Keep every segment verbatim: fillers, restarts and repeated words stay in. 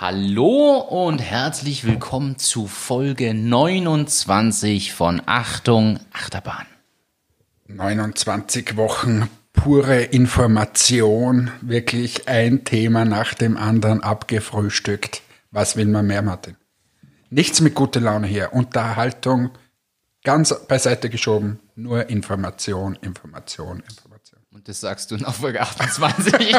Hallo und herzlich willkommen zu Folge neunundzwanzig von Achtung Achterbahn. neunundzwanzig Wochen pure Information, wirklich ein Thema nach dem anderen abgefrühstückt. Was will man mehr, Martin? Nichts mit guter Laune hier, Unterhaltung ganz beiseite geschoben, nur Information, Information, Information. Und das sagst du in Folge achtundzwanzig.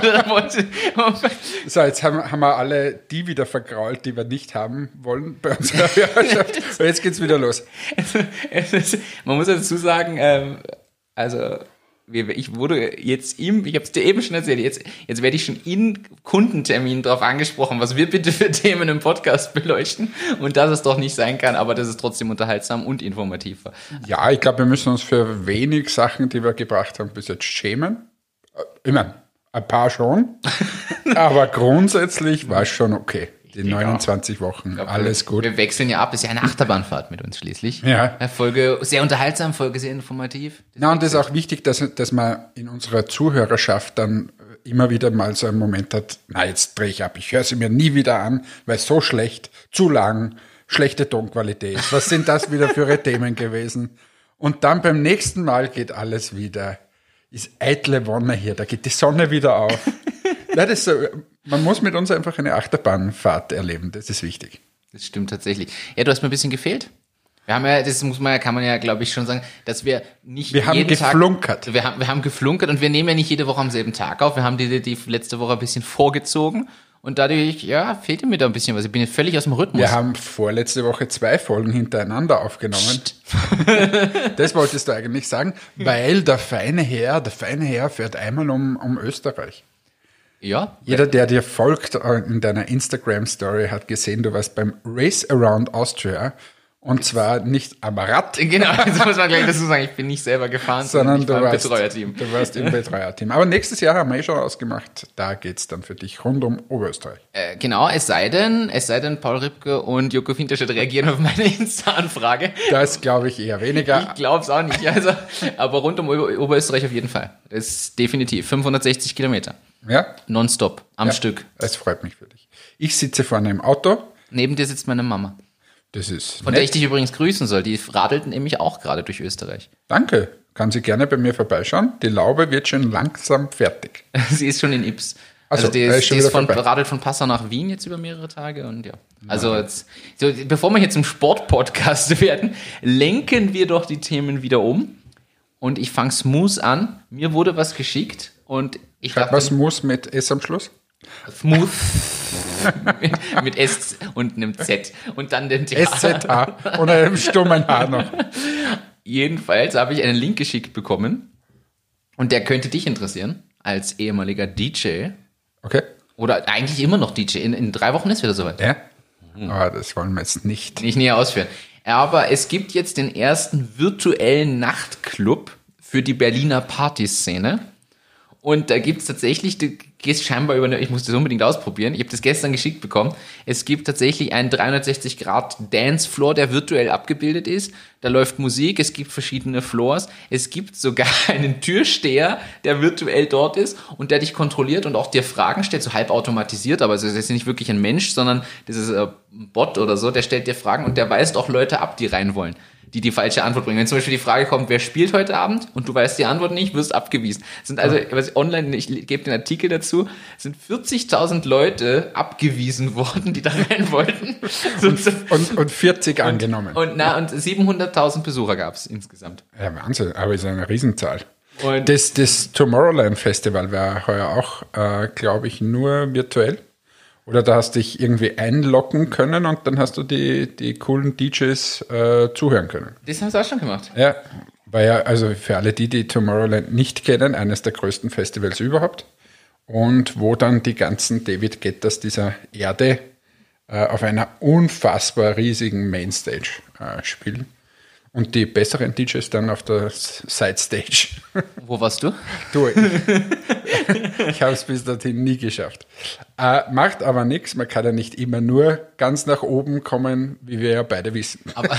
So, jetzt haben, haben wir alle die wieder vergrault, die wir nicht haben wollen bei unserer Hörerschaft. Und jetzt geht's wieder los. Es, es ist, man muss dazu sagen, ähm, also ich wurde jetzt im, ich habe es dir eben schon erzählt, jetzt, jetzt werde ich schon in Kundenterminen darauf angesprochen, was wir bitte für Themen im Podcast beleuchten und dass es doch nicht sein kann, aber dass es trotzdem unterhaltsam und informativ war. Ja, ich glaube, wir müssen uns für wenig Sachen, die wir gebracht haben, bis jetzt schämen. Ich meine, ein paar schon, aber grundsätzlich war es schon okay. Die neunundzwanzig Wochen, glaub, alles gut. Wir wechseln ja ab, ist ja eine Achterbahnfahrt mit uns schließlich. Ja. Folge sehr unterhaltsam, Folge sehr informativ. Das Na, und es ist auch wichtig, dass, dass man in unserer Zuhörerschaft dann immer wieder mal so einen Moment hat, na, jetzt drehe ich ab, ich höre sie mir nie wieder an, weil es so schlecht, zu lang, schlechte Tonqualität. Was sind das wieder für Themen gewesen? Und dann beim nächsten Mal geht alles wieder, ist eitle Wonne hier, da geht die Sonne wieder auf. Nein, das ist so, man muss mit uns einfach eine Achterbahnfahrt erleben, das ist wichtig. Das stimmt tatsächlich. Ja, du hast mir ein bisschen gefehlt. Wir haben ja, das muss man ja, kann man ja, glaube ich, schon sagen, dass wir nicht wir haben jeden geflunkert. Tag, wir haben, wir haben geflunkert und wir nehmen ja nicht jede Woche am selben Tag auf. Wir haben die, die letzte Woche ein bisschen vorgezogen und dadurch, ja, fehlte mir da ein bisschen was. Ich bin jetzt völlig aus dem Rhythmus. Wir haben vorletzte Woche zwei Folgen hintereinander aufgenommen. Das wolltest du eigentlich sagen, weil der feine Herr, der feine Herr fährt einmal um, um Österreich. Ja. Jeder, der dir folgt in deiner Instagram-Story, hat gesehen, du warst beim Race Around Austria. Und zwar nicht am Rad. Genau, das muss man gleich dazu sagen. Ich bin nicht selber gefahren, sondern, sondern ich war du, warst, im Betreuerteam. du warst im Betreuerteam. Aber nächstes Jahr haben wir eh schon ausgemacht, da geht's dann für dich rund um Oberösterreich. Äh, genau, es sei denn, es sei denn, Paul Ripke und Joko Winterstedt reagieren auf meine Insta-Anfrage. Das glaube ich eher weniger. Ich glaube es auch nicht. Also, aber rund um Ober- Oberösterreich auf jeden Fall. Das ist definitiv fünfhundertsechzig Kilometer. Ja? Nonstop, am ja, Stück. Es freut mich für dich. Ich sitze vorne im Auto. Neben dir sitzt meine Mama. Das ist Von nett. Der ich dich übrigens grüßen soll. Die radelt nämlich auch gerade durch Österreich. Danke. Kann sie gerne bei mir vorbeischauen. Die Laube wird schon langsam fertig. Sie ist schon in Ips. Also, also die ist, ist, die ist von, radelt von Passau nach Wien jetzt über mehrere Tage. Und ja. Also jetzt, so, bevor wir hier zum Sportpodcast werden, lenken wir doch die Themen wieder um. Und ich fange smooth an. Mir wurde was geschickt. Und ich dachte, was muss mit S am Schluss? Smooth. mit, mit S und einem Z und dann den T H. S Z H und einem stummen H noch. Jedenfalls habe ich einen Link geschickt bekommen und der könnte dich interessieren als ehemaliger D J. Okay. Oder eigentlich immer noch D J. In, in drei Wochen ist wieder soweit. Ja, aber das wollen wir jetzt nicht. Nicht näher ausführen. Aber es gibt jetzt den ersten virtuellen Nachtclub für die Berliner Partyszene. Und da gibt es tatsächlich, du gehst scheinbar über eine, ich muss das unbedingt ausprobieren, ich habe das gestern geschickt bekommen, es gibt tatsächlich einen dreihundertsechzig Grad Dancefloor, der virtuell abgebildet ist, da läuft Musik, es gibt verschiedene Floors, es gibt sogar einen Türsteher, der virtuell dort ist und der dich kontrolliert und auch dir Fragen stellt, so halb automatisiert, aber es ist jetzt nicht wirklich ein Mensch, sondern das ist ein Bot oder so, der stellt dir Fragen und der weist auch Leute ab, die rein wollen, die die falsche Antwort bringen. Wenn zum Beispiel die Frage kommt, wer spielt heute Abend und du weißt die Antwort nicht, wirst abgewiesen. Sind also, was online, ich gebe den Artikel dazu, sind vierzigtausend Leute abgewiesen worden, die da rein wollten. Und, und, und vierzig und, angenommen. Und, na, und siebenhunderttausend Besucher gab es insgesamt. Ja, Wahnsinn, aber ist eine Riesenzahl. Und das, das Tomorrowland Festival war heuer auch, äh, glaube ich, nur virtuell. Oder da hast du dich irgendwie einloggen können und dann hast du die, die coolen D Js äh, zuhören können. Das haben sie auch schon gemacht. Ja, war ja, also für alle die, die Tomorrowland nicht kennen, eines der größten Festivals überhaupt. Und wo dann die ganzen David Guettas dieser Erde äh, auf einer unfassbar riesigen Mainstage äh, spielen. Und die besseren D Js dann auf der Sidestage. Wo warst du? Du, ich, ich habe es bis dorthin nie geschafft. Äh, macht aber nichts, man kann ja nicht immer nur ganz nach oben kommen, wie wir ja beide wissen. Aber,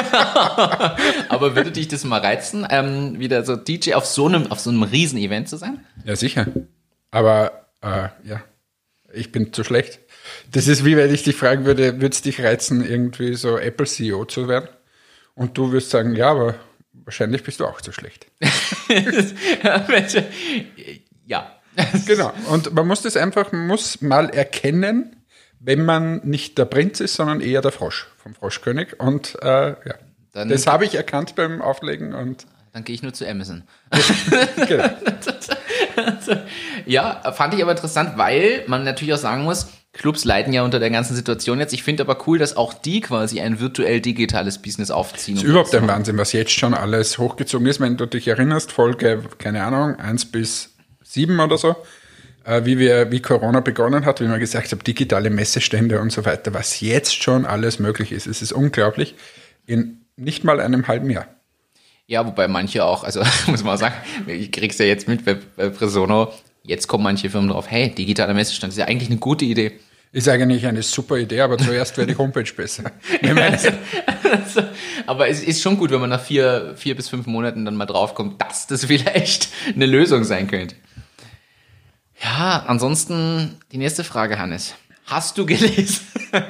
aber würde dich das mal reizen, ähm, wieder so D J auf so einem, auf so einem Riesen-Event zu sein? Ja, sicher. Aber äh, ja, ich bin zu schlecht. Das ist wie wenn ich dich fragen würde, würde es dich reizen, irgendwie so Apple-C E O zu werden? Und du wirst sagen, ja, aber wahrscheinlich bist du auch zu schlecht. Ja. Genau. Und man muss das einfach, man muss mal erkennen, wenn man nicht der Prinz ist, sondern eher der Frosch vom Froschkönig. Und äh, ja, Dann- das habe ich erkannt beim Auflegen. Und Dann gehe ich nur zu Amazon. genau. Ja, fand ich aber interessant, weil man natürlich auch sagen muss, Clubs leiden ja unter der ganzen Situation jetzt. Ich finde aber cool, dass auch die quasi ein virtuell digitales Business aufziehen. Das ist überhaupt ein Wahnsinn, was jetzt schon alles hochgezogen ist. Wenn du dich erinnerst, Folge, keine Ahnung, eins bis sieben oder so, äh, wie wir, wie Corona begonnen hat, wie man gesagt hat, digitale Messestände und so weiter, was jetzt schon alles möglich ist. Es ist unglaublich. In nicht mal einem halben Jahr. Ja, wobei manche auch, also muss man auch sagen, ich krieg's ja jetzt mit bei, bei Presono, jetzt kommen manche Firmen drauf, hey, digitaler Messestand ist ja eigentlich eine gute Idee. Ist eigentlich eine super Idee, aber zuerst wäre die Homepage besser. Also, aber es ist schon gut, wenn man nach vier, vier bis fünf Monaten dann mal draufkommt, dass das vielleicht eine Lösung sein könnte. Ja, ansonsten die nächste Frage, Hannes. Hast du gelesen?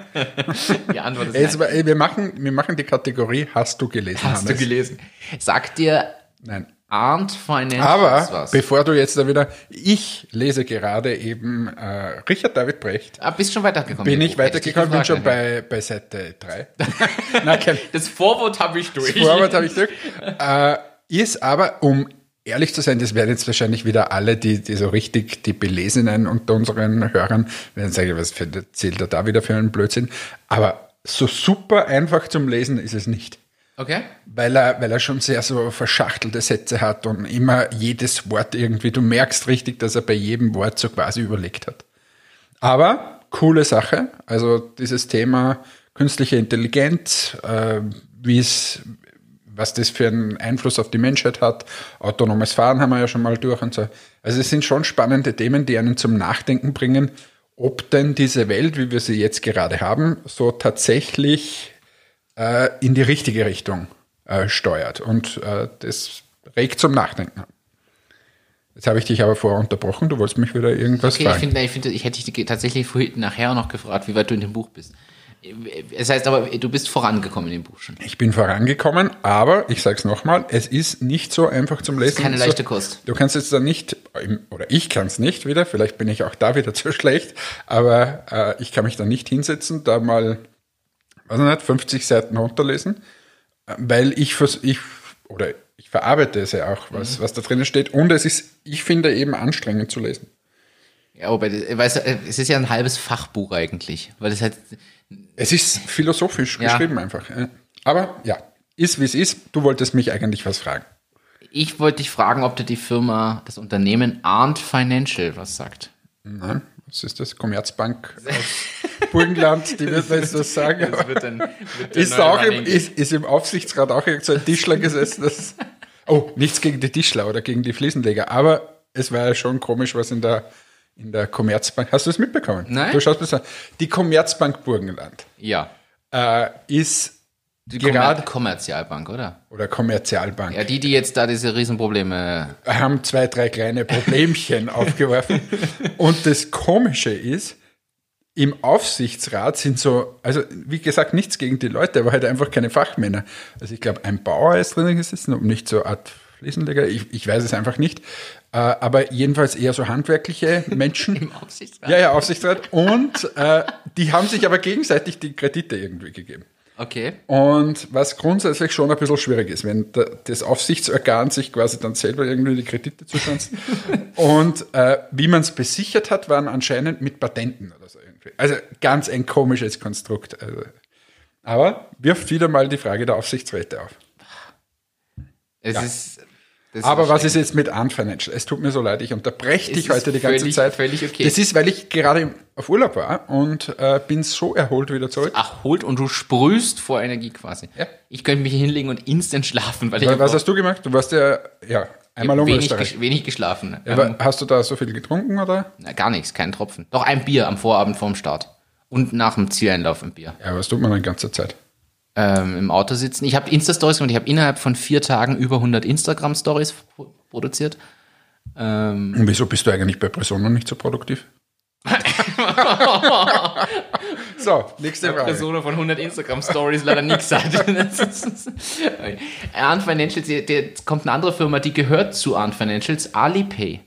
Die Antwort ist Jetzt, nein. wir, machen, wir machen die Kategorie Hast du gelesen, Hast du Hannes? gelesen? Sagt dir Nein. Arndt Financials Aber was? bevor du jetzt da wieder, ich lese gerade eben äh, Richard David Brecht. Ah, bist schon weitergekommen? Bin im ich Buch? Hätte weitergekommen, bin dich schon gefragt, bei, bei Seite drei. Nein, kein Das Vorwort habe ich durch. Vorwort habe ich durch. Äh, ist aber, um ehrlich zu sein, das werden jetzt wahrscheinlich wieder alle, die, die so richtig, die Belesenen unter unseren Hörern, werden sagen, was für, erzählt er da wieder für einen Blödsinn. Aber so super einfach zum Lesen ist es nicht. Okay. Weil er, weil er schon sehr so verschachtelte Sätze hat und immer jedes Wort irgendwie, du merkst richtig, dass er bei jedem Wort so quasi überlegt hat. Aber coole Sache, also dieses Thema künstliche Intelligenz, äh, wie es, was das für einen Einfluss auf die Menschheit hat, autonomes Fahren haben wir ja schon mal durch und so. Also es sind schon spannende Themen, die einen zum Nachdenken bringen, ob denn diese Welt, wie wir sie jetzt gerade haben, so tatsächlich äh, in die richtige Richtung äh, steuert. Und äh, das regt zum Nachdenken an. Jetzt habe ich dich aber vorher unterbrochen, du wolltest mich wieder irgendwas Okay, ich fragen. finde, ich, find, ich hätte dich tatsächlich vorhin nachher noch gefragt, wie weit du in dem Buch bist. Es heißt aber, du bist vorangekommen in dem Buch schon. Ich bin vorangekommen, aber ich sage es nochmal, es ist nicht so einfach zum Lesen. ist keine leichte so, Kost. Du kannst jetzt da nicht, oder ich kann es nicht wieder, vielleicht bin ich auch da wieder zu schlecht, aber äh, ich kann mich da nicht hinsetzen, da mal, weiß nicht, fünfzig Seiten runterlesen, weil ich, vers- ich oder ich verarbeite es ja auch, was, mhm. was da drinnen steht, und es ist, ich finde, eben anstrengend zu lesen. Ja, wobei, weißt du, es ist ja ein halbes Fachbuch eigentlich, weil es halt. Es ist philosophisch Ja. geschrieben einfach. Aber ja, ist wie es ist. Du wolltest mich eigentlich was fragen. Ich wollte dich fragen, ob dir die Firma, das Unternehmen Arndt Financial was sagt. Nein, was ist das? Commerzbank aus Burgenland, die wird mir jetzt was sagen. Das wird dann, wird der Ist, neue da auch im, Running- ist, ist im Aufsichtsrat auch irgend so ein Tischler gesessen? Das, oh, nichts gegen die Tischler oder gegen die Fliesenleger, aber es war ja schon komisch, was in der, in der Commerzbank. Hast du es mitbekommen? Nein. Du schaust mir an. Die Commerzbank Burgenland Ja. äh, ist Die gerade, Kommer- Kommerzialbank, oder? oder Kommerzialbank, Ja, die, die jetzt da diese Riesenprobleme. haben zwei, drei kleine Problemchen aufgeworfen. Und das Komische ist, im Aufsichtsrat sind so, also wie gesagt, nichts gegen die Leute, aber halt einfach keine Fachmänner. Also ich glaube, ein Bauer ist drin gesessen und nicht so eine Art Fliesenleger, ich, ich weiß es einfach nicht. Äh, aber jedenfalls eher so handwerkliche Menschen. Im Aufsichtsrat? Ja, ja, Aufsichtsrat. Und äh, die haben sich aber gegenseitig die Kredite irgendwie gegeben. Okay. Und was grundsätzlich schon ein bisschen schwierig ist, wenn da, das Aufsichtsorgan sich quasi dann selber irgendwie die Kredite zuschanzt. Und äh, wie man es besichert hat, waren anscheinend mit Patenten oder so irgendwie. Also ganz ein komisches Konstrukt. Also, aber wirft wieder mal die Frage der Aufsichtsräte auf. Es Ja. ist. Das Aber was ist jetzt mit Arndt Financial? Es tut mir so leid, ich unterbreche Es dich ist heute die ganze völlig- Zeit. völlig okay. Das ist, weil ich gerade auf Urlaub war und äh, bin so erholt wieder zurück. Ach, holt und du sprühst vor Energie quasi. Ja. Ich könnte mich hier hinlegen und instant schlafen, weil ich Was einfach hast du gemacht? Du warst ja, ja einmal um wenig, Österreich. ges- wenig geschlafen. Aber Ähm, hast du da so viel getrunken, oder? na, gar nichts, kein Tropfen. Doch ein Bier am Vorabend vorm Start. Und nach dem Zieleinlauf ein Bier. Ja, was tut man dann die ganze Zeit? Ähm, Im Auto sitzen. Ich habe Insta-Stories gemacht. Ich habe innerhalb von vier Tagen über hundert Instagram-Stories pro- produziert. Ähm, Und wieso bist du eigentlich bei Presono nicht so produktiv? So, nächste Frage. Persona von hundert Instagram-Stories leider nichts hat. Ant Financials, der, der kommt eine andere Firma, die gehört zu Ant Financials, Alipay.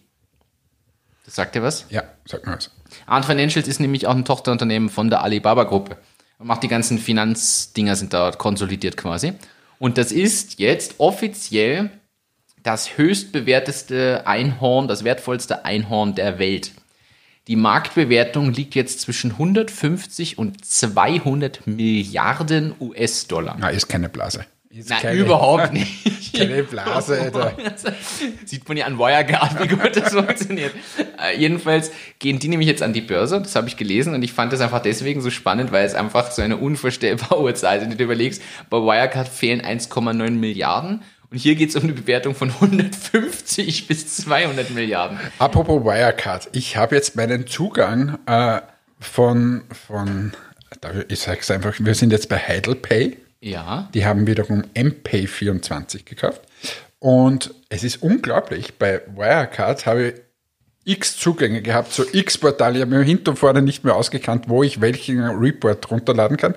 Das sagt dir was? Ja, sag mal was. Ant Financials ist nämlich auch ein Tochterunternehmen von der Alibaba-Gruppe. Man macht die ganzen Finanzdinger, sind da konsolidiert quasi. Und das ist jetzt offiziell das höchstbewerteste Einhorn, das wertvollste Einhorn der Welt. Die Marktbewertung liegt jetzt zwischen hundertfünfzig und zweihundert Milliarden U S-Dollar. Na, ist keine Blase. Ist Nein, keine, überhaupt nicht. Keine Blase, Alter. Sieht man ja an Wirecard, wie gut das funktioniert. Äh, jedenfalls gehen die nämlich jetzt an die Börse, das habe ich gelesen und ich fand das einfach deswegen so spannend, weil es einfach so eine unvorstellbare hohe Zahl ist. Wenn du überlegst, bei Wirecard fehlen eins Komma neun Milliarden und hier geht es um eine Bewertung von hundertfünfzig bis zweihundert Milliarden. Apropos Wirecard, ich habe jetzt meinen Zugang äh, von, von, ich sage es einfach, wir sind jetzt bei HeidelPay. Ja. Die haben wiederum M Pay vierundzwanzig gekauft. Und es ist unglaublich, bei Wirecard habe ich x Zugänge gehabt zu x Portalen. Ich habe mir hinten und vorne nicht mehr ausgekannt, wo ich welchen Report runterladen kann.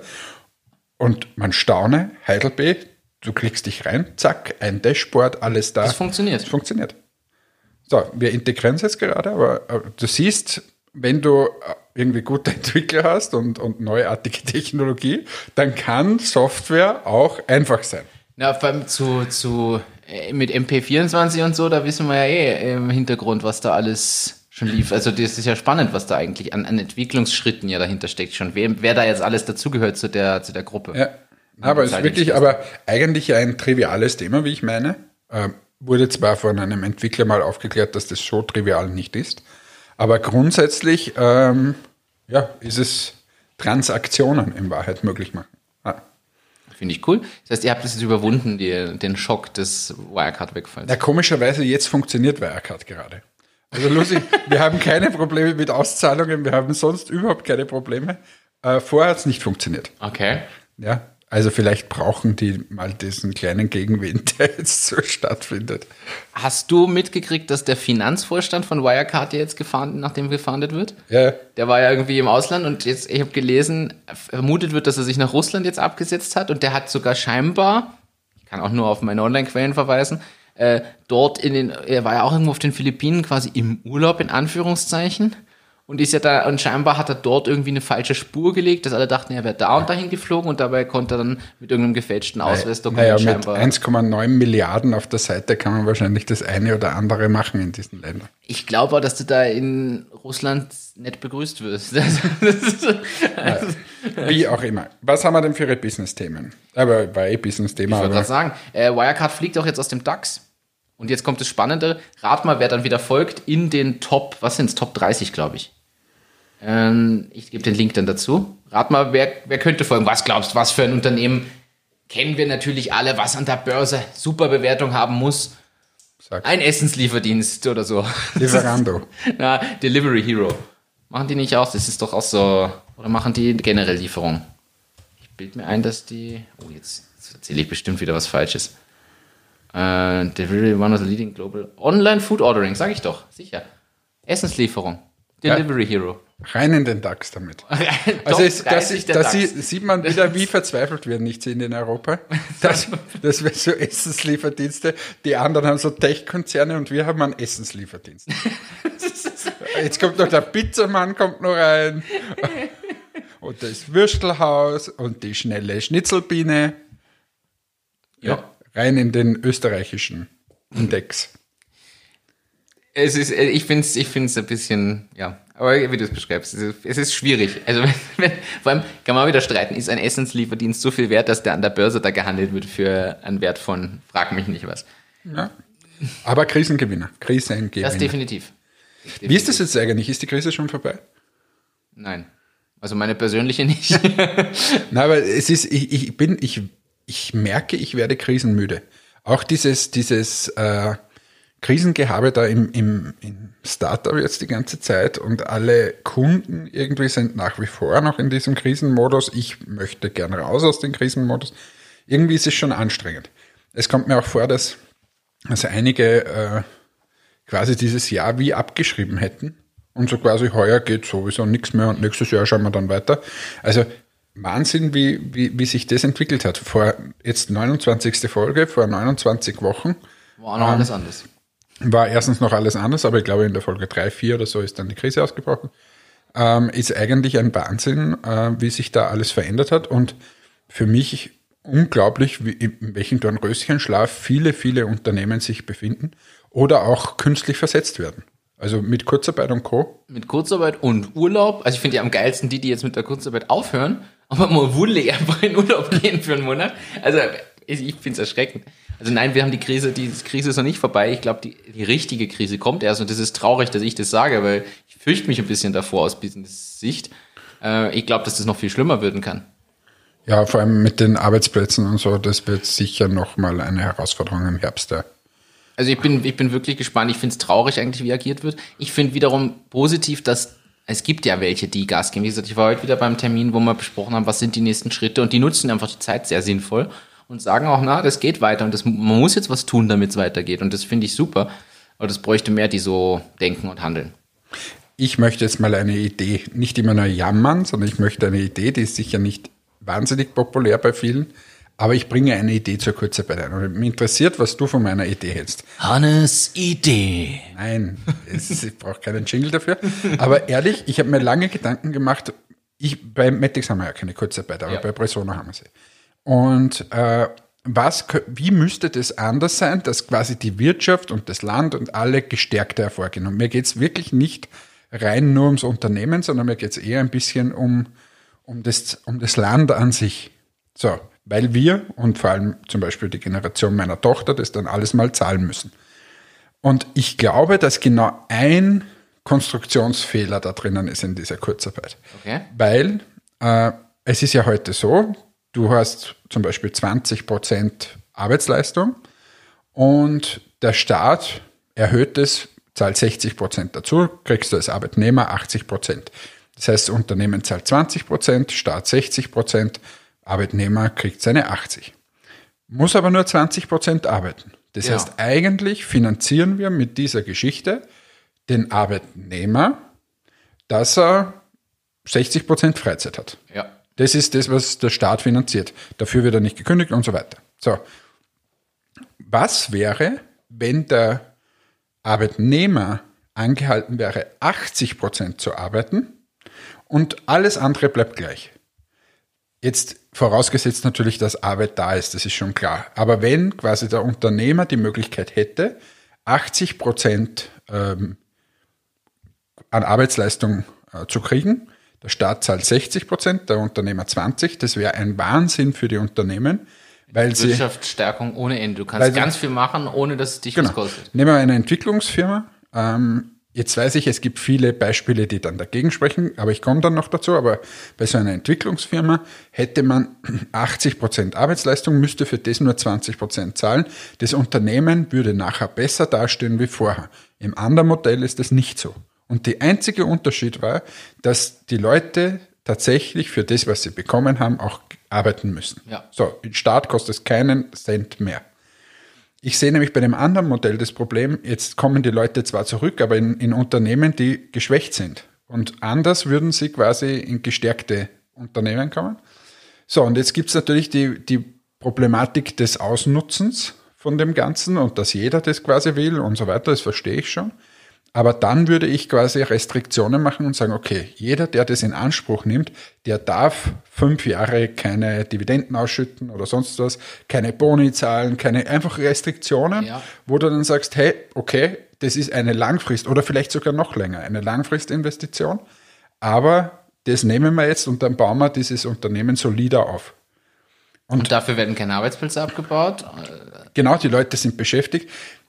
Und man staune, HeidelPay, du klickst dich rein, zack, ein Dashboard, alles da. Das funktioniert. Das funktioniert. So, wir integrieren es jetzt gerade, aber du siehst, wenn du irgendwie gute Entwickler hast und, und neuartige Technologie, dann kann Software auch einfach sein. Na, vor allem zu, zu, mit M P vierundzwanzig und so, da wissen wir ja eh im Hintergrund, was da alles schon lief. Also das ist ja spannend, was da eigentlich an, an Entwicklungsschritten ja dahinter steckt schon. Wer, wer da jetzt alles dazugehört zu der, zu der Gruppe. Ja, aber es ist wirklich, aber eigentlich ein triviales Thema, wie ich meine. Ähm, wurde zwar von einem Entwickler mal aufgeklärt, dass das so trivial nicht ist. Aber grundsätzlich ähm, ja, ist es Transaktionen in Wahrheit möglich machen. Ah. Finde ich cool. Das heißt, ihr habt das jetzt überwunden, die, den Schock des Wirecard-Wegfalls. Na, komischerweise, jetzt funktioniert Wirecard gerade. Also Lucy, wir haben keine Probleme mit Auszahlungen, wir haben sonst überhaupt keine Probleme. Äh, vorher hat es nicht funktioniert. Okay. Ja, also vielleicht brauchen die mal diesen kleinen Gegenwind, der jetzt so stattfindet. Hast du mitgekriegt, dass der Finanzvorstand von Wirecard jetzt gefahndet, nachdem gefahndet wird? Ja. Der war ja irgendwie im Ausland und jetzt, ich habe gelesen, vermutet wird, dass er sich nach Russland jetzt abgesetzt hat und der hat sogar scheinbar, ich kann auch nur auf meine Online-Quellen verweisen, äh, dort in den, er war ja auch irgendwo auf den Philippinen quasi im Urlaub in Anführungszeichen. Und ist ja da, und scheinbar hat er dort irgendwie eine falsche Spur gelegt, dass alle dachten, er wäre da und dahin geflogen und dabei konnte er dann mit irgendeinem gefälschten Ausweisdokument naja, scheinbar. Mit eins Komma neun Milliarden auf der Seite kann man wahrscheinlich das eine oder andere machen in diesen Ländern. Ich glaube auch, dass du da in Russland nett begrüßt wirst. Das, das ist, also, wie auch immer. Was haben wir denn für ihre Business-Themen? Aber war eh Business-Thema. Ich wollte gerade sagen, äh, Wirecard fliegt auch jetzt aus dem DAX. Und jetzt kommt das Spannende. Rat mal, wer dann wieder folgt in den Top, was sind es, Top dreißig, glaube ich. Ähm, ich gebe den Link dann dazu. Rat mal, wer, wer könnte folgen? Was glaubst du, was für ein Unternehmen kennen wir natürlich alle, was an der Börse super Bewertung haben muss? Sag. Ein Essenslieferdienst oder so. Lieferando. Na, Delivery Hero. Machen die nicht auch? Das ist doch auch so. Oder machen die generell Lieferung? Ich bilde mir ein, dass die. Oh, jetzt, jetzt erzähle ich bestimmt wieder was Falsches. Äh, Delivery One of the leading global Online Food Ordering, sag ich doch. Sicher. Essenslieferung. Delivery ja. Hero. Rein in den DAX damit. Also ist, das, das sieht man wieder, wie verzweifelt wir nicht sind in Europa. Das, das wäre so Essenslieferdienste. Die anderen haben so Tech-Konzerne und wir haben einen Essenslieferdienst. Jetzt kommt noch der Pizzamann kommt noch rein. Und das Würstelhaus und die schnelle Schnitzelbiene. Ja. Ja, rein in den österreichischen Index. Es ist, ich finde es ich find's ein bisschen, ja, aber wie du es beschreibst, es ist, es ist schwierig. Also wenn, wenn, vor allem kann man wieder streiten, ist ein Essenslieferdienst so viel wert, dass der an der Börse da gehandelt wird für einen Wert von, frag mich nicht was. Ja. Aber Krisengewinner, Krisengewinner. Das definitiv. definitiv. Wie ist das jetzt eigentlich? Ist die Krise schon vorbei? Nein. Also meine persönliche nicht. Nein, aber es ist, ich, ich bin, ich, ich merke, ich werde krisenmüde. Auch dieses, dieses, äh, Krisengehabe da im, im, im Startup jetzt die ganze Zeit und alle Kunden irgendwie sind nach wie vor noch in diesem Krisenmodus. Ich möchte gerne raus aus dem Krisenmodus. Irgendwie ist es schon anstrengend. Es kommt mir auch vor, dass also einige äh, quasi dieses Jahr wie abgeschrieben hätten und so quasi heuer geht sowieso nichts mehr und nächstes Jahr schauen wir dann weiter. Also Wahnsinn, wie, wie, wie sich das entwickelt hat. Vor jetzt neunundzwanzigste Folge, vor neunundzwanzig Wochen. War noch ähm, alles anders. War erstens noch alles anders, aber ich glaube in der Folge drei, vier oder so ist dann die Krise ausgebrochen. Ähm, ist eigentlich ein Wahnsinn, äh, wie sich da alles verändert hat und für mich unglaublich, wie, in welchem Dornröschenschlaf viele, viele Unternehmen sich befinden oder auch künstlich versetzt werden. Also mit Kurzarbeit und Co. Mit Kurzarbeit und Urlaub. Also ich finde ja am geilsten die, die jetzt mit der Kurzarbeit aufhören, aber mal wullig einfach in Urlaub gehen für einen Monat. Also ich finde es erschreckend. Also nein, wir haben die Krise, die Krise ist noch nicht vorbei. Ich glaube, die, die richtige Krise kommt erst und das ist traurig, dass ich das sage, weil ich fürchte mich ein bisschen davor aus Business-Sicht. Äh, ich glaube, dass das noch viel schlimmer werden kann. Ja, vor allem mit den Arbeitsplätzen und so, das wird sicher nochmal eine Herausforderung im Herbst. Ja. Also ich bin, ich bin wirklich gespannt. Ich finde es traurig eigentlich, wie agiert wird. Ich finde wiederum positiv, dass es gibt ja welche, die Gas geben. Wie gesagt, ich war heute wieder beim Termin, wo wir besprochen haben, was sind die nächsten Schritte und die nutzen einfach die Zeit sehr sinnvoll und sagen auch, na, das geht weiter und das, man muss jetzt was tun, damit es weitergeht und das finde ich super. Aber das bräuchte mehr, die so denken und handeln. Ich möchte jetzt mal eine Idee, nicht immer nur jammern, sondern ich möchte eine Idee, die ist sicher nicht wahnsinnig populär bei vielen, aber ich bringe eine Idee zur Kurzarbeit ein. Und mich interessiert, was du von meiner Idee hältst. Hannes Idee. Nein, es ist, ich brauche keinen Jingle dafür. Aber ehrlich, ich habe mir lange Gedanken gemacht. Ich, bei Matix haben wir ja keine Kurzarbeit, aber ja. Bei Presona haben wir sie. Und äh, was, wie müsste das anders sein, dass quasi die Wirtschaft und das Land und alle gestärkter hervorgehen? Und mir geht es wirklich nicht rein nur ums Unternehmen, sondern mir geht es eher ein bisschen um, um, das, um das Land an sich. So, weil wir und vor allem zum Beispiel die Generation meiner Tochter das dann alles mal zahlen müssen. Und ich glaube, dass genau ein Konstruktionsfehler da drinnen ist in dieser Kurzarbeit. Okay. Weil äh, es ist ja heute so, du hast zum Beispiel zwanzig Prozent Arbeitsleistung und der Staat erhöht es, zahlt sechzig Prozent dazu, kriegst du als Arbeitnehmer achtzig Prozent. Das heißt, das Unternehmen zahlt zwanzig Prozent, Staat sechzig Prozent, Arbeitnehmer kriegt seine achtzig. Muss aber nur zwanzig Prozent arbeiten. Das Ja. heißt, eigentlich finanzieren wir mit dieser Geschichte den Arbeitnehmer, dass er sechzig Prozent Freizeit hat. Ja. Das ist das, was der Staat finanziert. Dafür wird er nicht gekündigt und so weiter. So. Was wäre, wenn der Arbeitnehmer angehalten wäre, achtzig Prozent zu arbeiten und alles andere bleibt gleich? Jetzt vorausgesetzt natürlich, dass Arbeit da ist, das ist schon klar. Aber wenn quasi der Unternehmer die Möglichkeit hätte, achtzig Prozent ähm, an Arbeitsleistung äh, zu kriegen, der Staat zahlt sechzig Prozent, der Unternehmer zwanzig, das wäre ein Wahnsinn für die Unternehmen, weil sie... Wirtschaftsstärkung ohne Ende. Du kannst ganz viel machen, ohne dass es dich genau. was kostet. Nehmen wir eine Entwicklungsfirma. Ähm, jetzt weiß ich, es gibt viele Beispiele, die dann dagegen sprechen, aber ich komme dann noch dazu. Aber bei so einer Entwicklungsfirma hätte man achtzig Prozent Arbeitsleistung, müsste für das nur zwanzig Prozent zahlen. Das Unternehmen würde nachher besser dastehen wie vorher. Im anderen Modell ist das nicht so. Und der einzige Unterschied war, dass die Leute tatsächlich für das, was sie bekommen haben, auch arbeiten müssen. Ja. So, im Staat kostet es keinen Cent mehr. Ich sehe nämlich bei dem anderen Modell das Problem, jetzt kommen die Leute zwar zurück, aber in, in Unternehmen, die geschwächt sind. Und anders würden sie quasi in gestärkte Unternehmen kommen. So, und jetzt gibt es natürlich die, die Problematik des Ausnutzens von dem Ganzen und dass jeder das quasi will und so weiter, das verstehe ich schon. Aber dann würde ich quasi Restriktionen machen und sagen, okay, jeder, der das in Anspruch nimmt, der darf fünf Jahre keine Dividenden ausschütten oder sonst was, keine Boni zahlen, keine einfach Restriktionen, Ja. wo du dann sagst, hey, okay, das ist eine Langfrist oder vielleicht sogar noch länger, eine Langfristinvestition, aber das nehmen wir jetzt und dann bauen wir dieses Unternehmen solider auf. Und, und dafür werden keine Arbeitsplätze abgebaut. Genau, die Leute sind beschäftigt.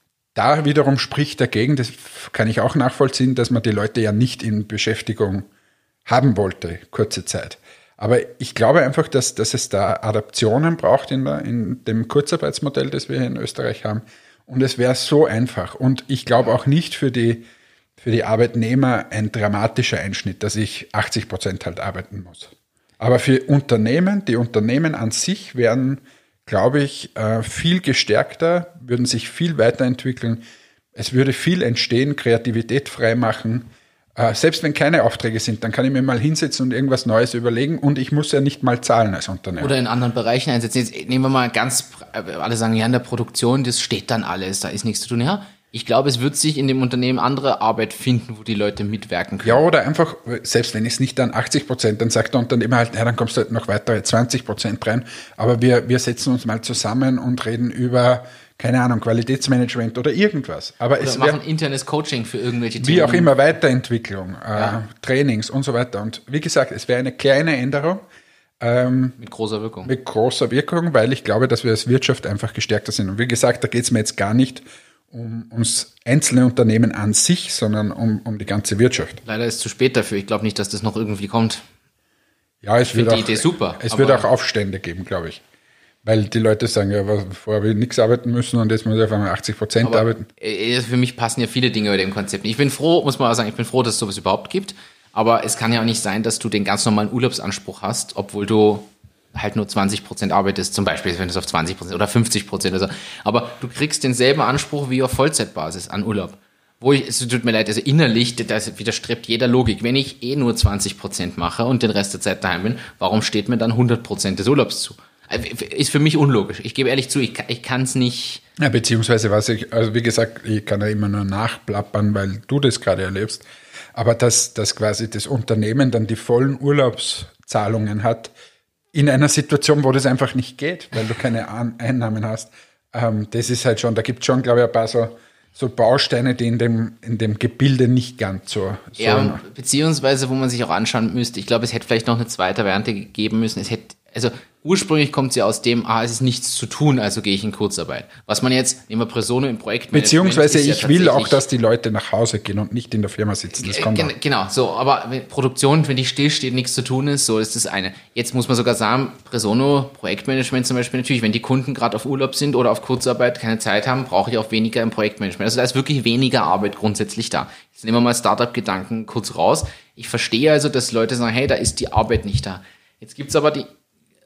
Da wiederum spricht dagegen, das kann ich auch nachvollziehen, dass man die Leute ja nicht in Beschäftigung haben wollte, kurze Zeit. Aber ich glaube einfach, dass, dass es da Adaptionen braucht in, der, in dem Kurzarbeitsmodell, das wir hier in Österreich haben. Und es wäre so einfach. Und ich glaube auch nicht für die, für die Arbeitnehmer ein dramatischer Einschnitt, dass ich achtzig Prozent halt arbeiten muss. Aber für Unternehmen, die Unternehmen an sich werden, glaube ich, viel gestärkter, würden sich viel weiterentwickeln. Es würde viel entstehen, Kreativität freimachen. Äh, selbst wenn keine Aufträge sind, dann kann ich mir mal hinsetzen und irgendwas Neues überlegen und ich muss ja nicht mal zahlen als Unternehmen. Oder in anderen Bereichen einsetzen. Jetzt nehmen wir mal ganz, alle sagen, ja, in der Produktion, das steht dann alles, da ist nichts zu tun. Ja, ich glaube, es wird sich in dem Unternehmen andere Arbeit finden, wo die Leute mitwirken können. Ja, oder einfach, selbst wenn es nicht dann achtzig Prozent, dann sagt der Unternehmer halt, ja, dann kommst du halt noch weitere zwanzig Prozent rein. Aber wir, wir setzen uns mal zusammen und reden über, keine Ahnung, Qualitätsmanagement oder irgendwas. Aber oder es machen wär, internes Coaching für irgendwelche Themen. Wie auch immer, Weiterentwicklung, Ja. äh, Trainings und so weiter. Und wie gesagt, es wäre eine kleine Änderung. Ähm, Mit großer Wirkung. Mit großer Wirkung, weil ich glaube, dass wir als Wirtschaft einfach gestärkter sind. Und wie gesagt, da geht es mir jetzt gar nicht um ums einzelne Unternehmen an sich, sondern um, um die ganze Wirtschaft. Leider ist es zu spät dafür. Ich glaube nicht, dass das noch irgendwie kommt. Ja, es wird die auch, Idee super, es aber- wird auch Aufstände geben, glaube ich. Weil die Leute sagen, ja, was, vorher habe ich nichts arbeiten müssen und jetzt muss ich auf einmal achtzig Prozent Aber arbeiten. äh, für mich passen ja viele Dinge bei dem Konzept. Ich bin froh, muss man auch sagen, ich bin froh, dass es sowas überhaupt gibt. Aber es kann ja auch nicht sein, dass du den ganz normalen Urlaubsanspruch hast, obwohl du halt nur zwanzig Prozent arbeitest, zum Beispiel, wenn du es auf zwanzig Prozent oder fünfzig Prozent oder so. Aber du kriegst denselben Anspruch wie auf Vollzeitbasis an Urlaub. Wo ich, es tut mir leid, also innerlich, das widerstrebt jeder Logik. Wenn ich eh nur zwanzig Prozent mache und den Rest der Zeit daheim bin, warum steht mir dann hundert Prozent des Urlaubs zu? Ist für mich unlogisch. Ich gebe ehrlich zu, ich, ich kann es nicht. Ja, beziehungsweise, was ich, also wie gesagt, ich kann ja immer nur nachplappern, weil du das gerade erlebst. Aber dass, dass quasi das Unternehmen dann die vollen Urlaubszahlungen hat, in einer Situation, wo das einfach nicht geht, weil du keine Einnahmen hast, ähm, das ist halt schon, da gibt es schon, glaube ich, ein paar so, so Bausteine, die in dem, in dem Gebilde nicht ganz so, so Ja, beziehungsweise, wo man sich auch anschauen müsste, ich glaube, es hätte vielleicht noch eine zweite Variante geben müssen. Es hätte, also ursprünglich kommt es ja aus dem, ah, es ist nichts zu tun, also gehe ich in Kurzarbeit. Was man jetzt, nehmen wir Presono im Projektmanagement. Beziehungsweise ist ja ich will auch, tatsächlich- dass die Leute nach Hause gehen und nicht in der Firma sitzen. Das kommt Gen- auch. Genau, so, aber wenn Produktion, wenn die stillsteht, nichts zu tun ist, so ist das eine. Jetzt muss man sogar sagen, Presono, Projektmanagement zum Beispiel, natürlich, wenn die Kunden gerade auf Urlaub sind oder auf Kurzarbeit keine Zeit haben, brauche ich auch weniger im Projektmanagement. Also da ist wirklich weniger Arbeit grundsätzlich da. Jetzt nehmen wir mal Startup-Gedanken kurz raus. Ich verstehe also, dass Leute sagen, hey, da ist die Arbeit nicht da. Jetzt gibt's aber die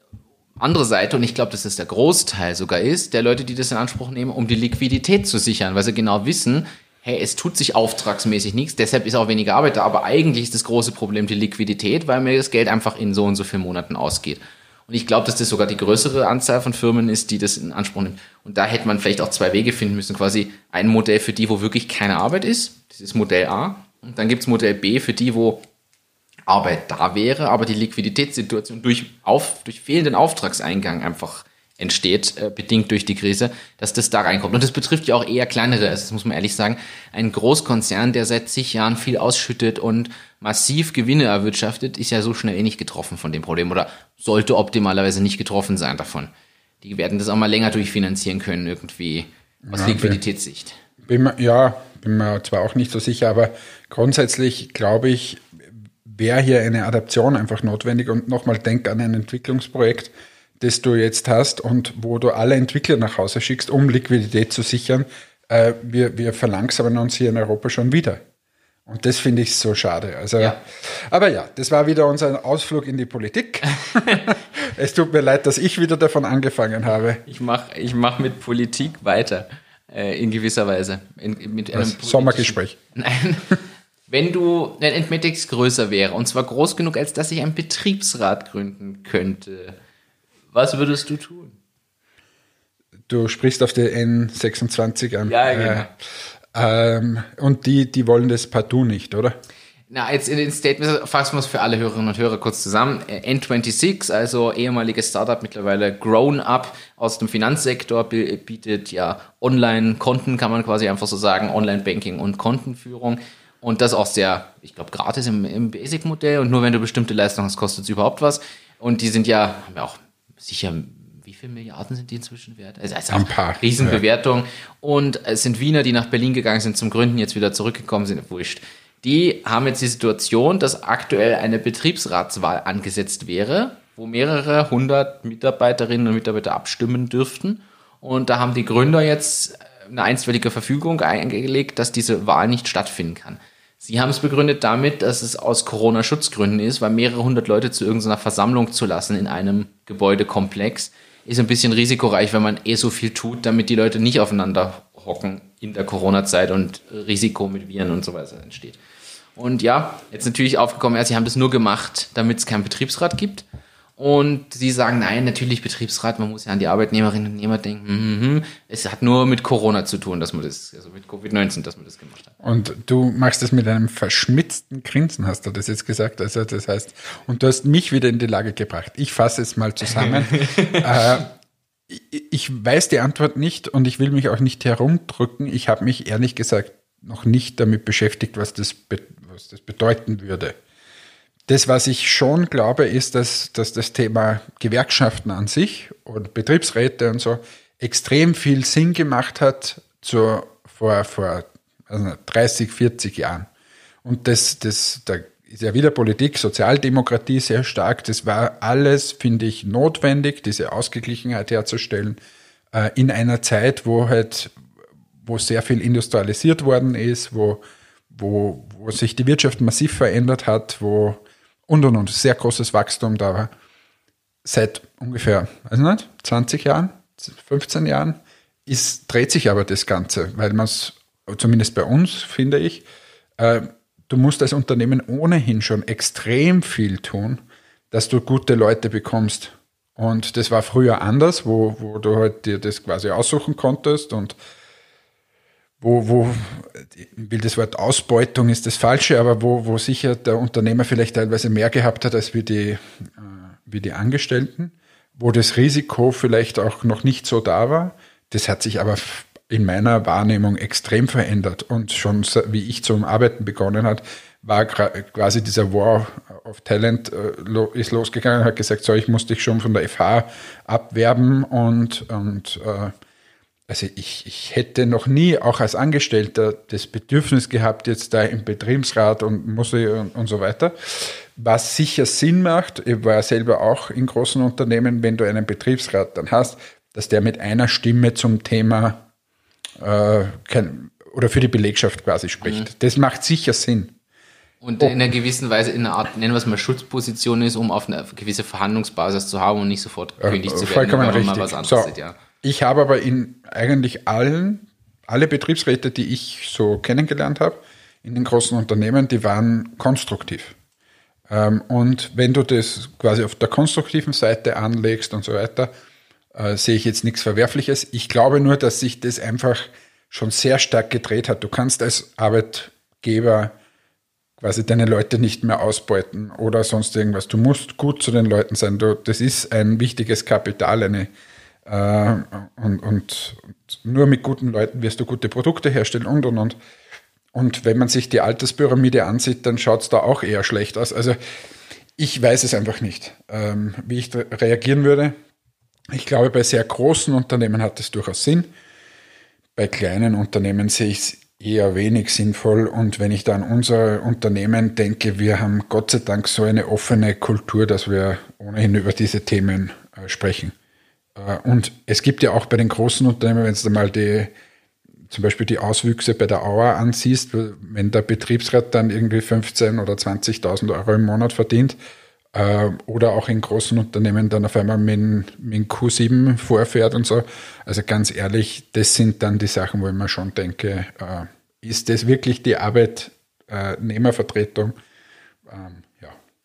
andere Seite, und ich glaube, dass das der Großteil sogar ist, der Leute, die das in Anspruch nehmen, um die Liquidität zu sichern, weil sie genau wissen, hey, es tut sich auftragsmäßig nichts, deshalb ist auch weniger Arbeit da, aber eigentlich ist das große Problem die Liquidität, weil mir das Geld einfach in so und so vielen Monaten ausgeht. Und ich glaube, dass das sogar die größere Anzahl von Firmen ist, die das in Anspruch nimmt. Und da hätte man vielleicht auch zwei Wege finden müssen, quasi ein Modell für die, wo wirklich keine Arbeit ist, das ist Modell A, und dann gibt's Modell B für die, wo Arbeit da wäre, aber die Liquiditätssituation durch, auf, durch fehlenden Auftragseingang einfach entsteht, äh, bedingt durch die Krise, dass das da reinkommt. Und das betrifft ja auch eher kleinere, also das muss man ehrlich sagen, ein Großkonzern, der seit zig Jahren viel ausschüttet und massiv Gewinne erwirtschaftet, ist ja so schnell eh nicht getroffen von dem Problem oder sollte optimalerweise nicht getroffen sein davon. Die werden das auch mal länger durchfinanzieren können, irgendwie aus Ja, okay. Liquiditätssicht. Bin mir, ja, bin mir zwar auch nicht so sicher, aber grundsätzlich glaube ich, wäre hier eine Adaption einfach notwendig. Und nochmal, denk an ein Entwicklungsprojekt, das du jetzt hast und wo du alle Entwickler nach Hause schickst, um Liquidität zu sichern. Äh, wir, wir verlangsamen uns hier in Europa schon wieder. Und das finde ich so schade. Also, Ja. Aber ja, das war wieder unser Ausflug in die Politik. Es tut mir leid, dass ich wieder davon angefangen habe. Ich mache ich mach mit Politik weiter, äh, in gewisser Weise. In, mit einem Das politischen- Sommergespräch. Nein, wenn du, wenn Entmetics größer wäre, und zwar groß genug, als dass ich einen Betriebsrat gründen könnte, was würdest du tun? Du sprichst auf die N sechsundzwanzig an. Ja, genau. Äh, ähm, und die, die wollen das partout nicht, oder? Na, jetzt in den Statements fassen wir es für alle Hörerinnen und Hörer kurz zusammen. Äh, N sechsundzwanzig, also ehemaliges Startup, mittlerweile grown up aus dem Finanzsektor, bi- bietet ja Online-Konten, kann man quasi einfach so sagen, Online-Banking und Kontenführung. Und das auch sehr, ich glaube, gratis im, im Basic-Modell. Und nur wenn du bestimmte Leistungen hast, kostet es überhaupt was. Und die sind ja, haben ja auch sicher, wie viele Milliarden sind die inzwischen wert? Also, also Ein auch paar, Riesenbewertung. Und es sind Wiener, die nach Berlin gegangen sind zum Gründen, jetzt wieder zurückgekommen sind, wurscht. Die haben jetzt die Situation, dass aktuell eine Betriebsratswahl angesetzt wäre, wo mehrere hundert Mitarbeiterinnen und Mitarbeiter abstimmen dürften. Und da haben die Gründer jetzt eine einstweilige Verfügung eingelegt, dass diese Wahl nicht stattfinden kann. Sie haben es begründet damit, dass es aus Corona-Schutzgründen ist, weil mehrere hundert Leute zu irgendeiner Versammlung zu lassen in einem Gebäudekomplex ist ein bisschen risikoreich, wenn man eh so viel tut, damit die Leute nicht aufeinander hocken in der Corona-Zeit und Risiko mit Viren und so weiter entsteht. Und ja, jetzt natürlich aufgekommen, ja, sie haben das nur gemacht, damit es keinen Betriebsrat gibt. Und sie sagen, nein, natürlich Betriebsrat, man muss ja an die Arbeitnehmerinnen und Arbeitnehmer denken. Hm, hm, hm. Es hat nur mit Corona zu tun, dass man das, also mit Covid neunzehn, dass man das gemacht hat. Und du machst das mit einem verschmitzten Grinsen, hast du das jetzt gesagt. Also das heißt, und du hast mich wieder in die Lage gebracht. Ich fasse es mal zusammen. äh, ich, ich weiß die Antwort nicht und ich will mich auch nicht herumdrücken. Ich habe mich ehrlich gesagt noch nicht damit beschäftigt, was das, be- was das bedeuten würde. Das, was ich schon glaube, ist, dass, dass das Thema Gewerkschaften an sich und Betriebsräte und so extrem viel Sinn gemacht hat zur, vor, vor also dreißig, vierzig Jahren. Und das, das, da ist ja wieder Politik, Sozialdemokratie sehr stark. Das war alles, finde ich, notwendig, diese Ausgeglichenheit herzustellen, äh, in einer Zeit, wo halt, wo sehr viel industrialisiert worden ist, wo, wo, wo sich die Wirtschaft massiv verändert hat, wo und und und sehr großes Wachstum da war. Seit ungefähr, weiß nicht, zwanzig Jahren, fünfzehn Jahren ist, dreht sich aber das Ganze, weil man es, zumindest bei uns, finde ich, äh, du musst als Unternehmen ohnehin schon extrem viel tun, dass du gute Leute bekommst. Und das war früher anders, wo, wo du halt dir das quasi aussuchen konntest und wo, wo, ich will das Wort Ausbeutung ist das Falsche, aber wo, wo sicher der Unternehmer vielleicht teilweise mehr gehabt hat als wie die, äh, wie die Angestellten, wo das Risiko vielleicht auch noch nicht so da war. Das hat sich aber in meiner Wahrnehmung extrem verändert und schon wie ich zum Arbeiten begonnen hat, war quasi dieser War of Talent äh, ist losgegangen, hat gesagt, so, ich muss dich schon von der F H abwerben und, und äh, Also ich, ich hätte noch nie, auch als Angestellter, das Bedürfnis gehabt, jetzt da im Betriebsrat und muss ich und, und so weiter. Was sicher Sinn macht, ich war selber auch in großen Unternehmen, wenn du einen Betriebsrat dann hast, dass der mit einer Stimme zum Thema äh, kein, oder für die Belegschaft quasi spricht. Mhm. Das macht sicher Sinn. Und in einer gewissen Weise in einer Art, nennen wir es mal, Schutzposition ist, um auf eine gewisse Verhandlungsbasis zu haben und nicht sofort gekündigt äh, zu werden, vollkommen wenn man richtig. mal was anderes so. sieht, ja. Ich habe aber in eigentlich allen, alle Betriebsräte, die ich so kennengelernt habe, in den großen Unternehmen, die waren konstruktiv. Und wenn du das quasi auf der konstruktiven Seite anlegst und so weiter, äh, sehe ich jetzt nichts Verwerfliches. Ich glaube nur, dass sich das einfach schon sehr stark gedreht hat. Du kannst als Arbeitgeber quasi deine Leute nicht mehr ausbeuten oder sonst irgendwas. Du musst gut zu den Leuten sein. Du, das ist ein wichtiges Kapital, eine Uh, und, und, und nur mit guten Leuten wirst du gute Produkte herstellen und, und, und. Und wenn man sich die Alterspyramide ansieht, dann schaut es da auch eher schlecht aus. Also ich weiß es einfach nicht, ähm, wie ich reagieren würde. Ich glaube, bei sehr großen Unternehmen hat es durchaus Sinn. Bei kleinen Unternehmen sehe ich es eher wenig sinnvoll. Und wenn ich da an unser Unternehmen denke, wir haben Gott sei Dank so eine offene Kultur, dass wir ohnehin über diese Themen äh, sprechen. Und es gibt ja auch bei den großen Unternehmen, wenn du mal die, zum Beispiel die Auswüchse bei der Auer ansiehst, wenn der Betriebsrat dann irgendwie fünfzehntausend oder zwanzigtausend Euro im Monat verdient äh, oder auch in großen Unternehmen dann auf einmal mit, mit Q sieben vorfährt und so. Also ganz ehrlich, das sind dann die Sachen, wo ich mir schon denke, äh, ist das wirklich die Arbeitnehmervertretung? Ähm, ja.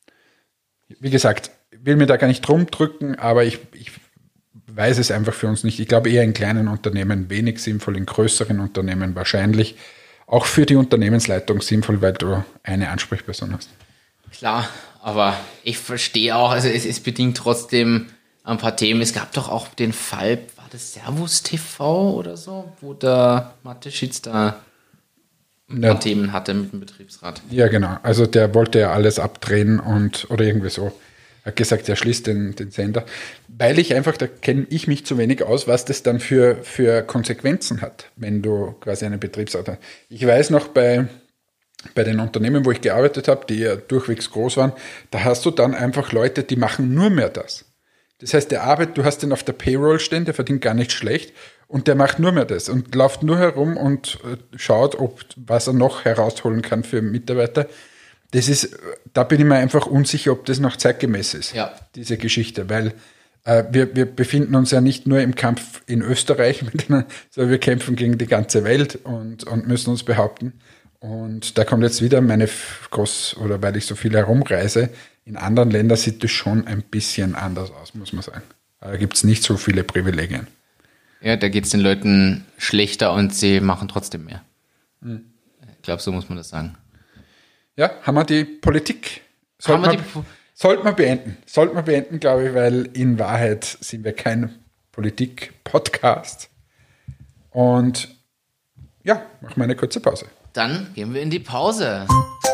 Wie gesagt, ich will mir da gar nicht drum drücken, aber ich, ich weiß es einfach für uns nicht. Ich glaube eher in kleinen Unternehmen wenig sinnvoll, in größeren Unternehmen wahrscheinlich. Auch für die Unternehmensleitung sinnvoll, weil du eine Ansprechperson hast. Klar, aber ich verstehe auch, also es, es bedingt trotzdem ein paar Themen. Es gab doch auch den Fall, war das Servus T V oder so, wo der Mateschitz da ein paar ja. Themen hatte mit dem Betriebsrat. Ja, genau. Also der wollte ja alles abdrehen und oder irgendwie so. Er hat gesagt, er schließt den, den Sender, weil ich einfach, da kenne ich mich zu wenig aus, was das dann für, für Konsequenzen hat, wenn du quasi einen Betriebsrat hast. Ich weiß noch, bei, bei den Unternehmen, wo ich gearbeitet habe, die ja durchwegs groß waren, da hast du dann einfach Leute, die machen nur mehr das. Das heißt, der arbeitet, du hast den auf der Payroll stehen, der verdient gar nicht schlecht und der macht nur mehr das und läuft nur herum und schaut, ob was er noch herausholen kann für Mitarbeiter. Das ist, da bin ich mir einfach unsicher, ob das noch zeitgemäß ist, ja. Diese Geschichte, weil äh, wir, wir befinden uns ja nicht nur im Kampf in Österreich, sondern wir kämpfen gegen die ganze Welt und, und müssen uns behaupten. Und da kommt jetzt wieder meine groß, oder weil ich so viel herumreise, in anderen Ländern sieht das schon ein bisschen anders aus, muss man sagen. Da gibt es nicht so viele Privilegien. Ja, da geht es den Leuten schlechter und sie machen trotzdem mehr. Mhm. Ich glaube, so muss man das sagen. Ja, haben wir die Politik. Sollten wir, wir, sollte man beenden. Sollten wir beenden, glaube ich, weil in Wahrheit sind wir kein Politik-Podcast. Und ja, machen wir eine kurze Pause. Dann gehen wir in die Pause.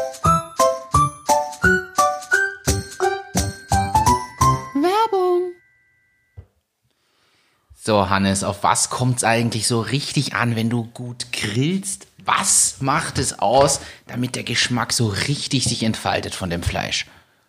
Werbung. So, Hannes, auf was kommt es eigentlich so richtig an, wenn du gut grillst? Was macht es aus, damit der Geschmack so richtig sich entfaltet von dem Fleisch?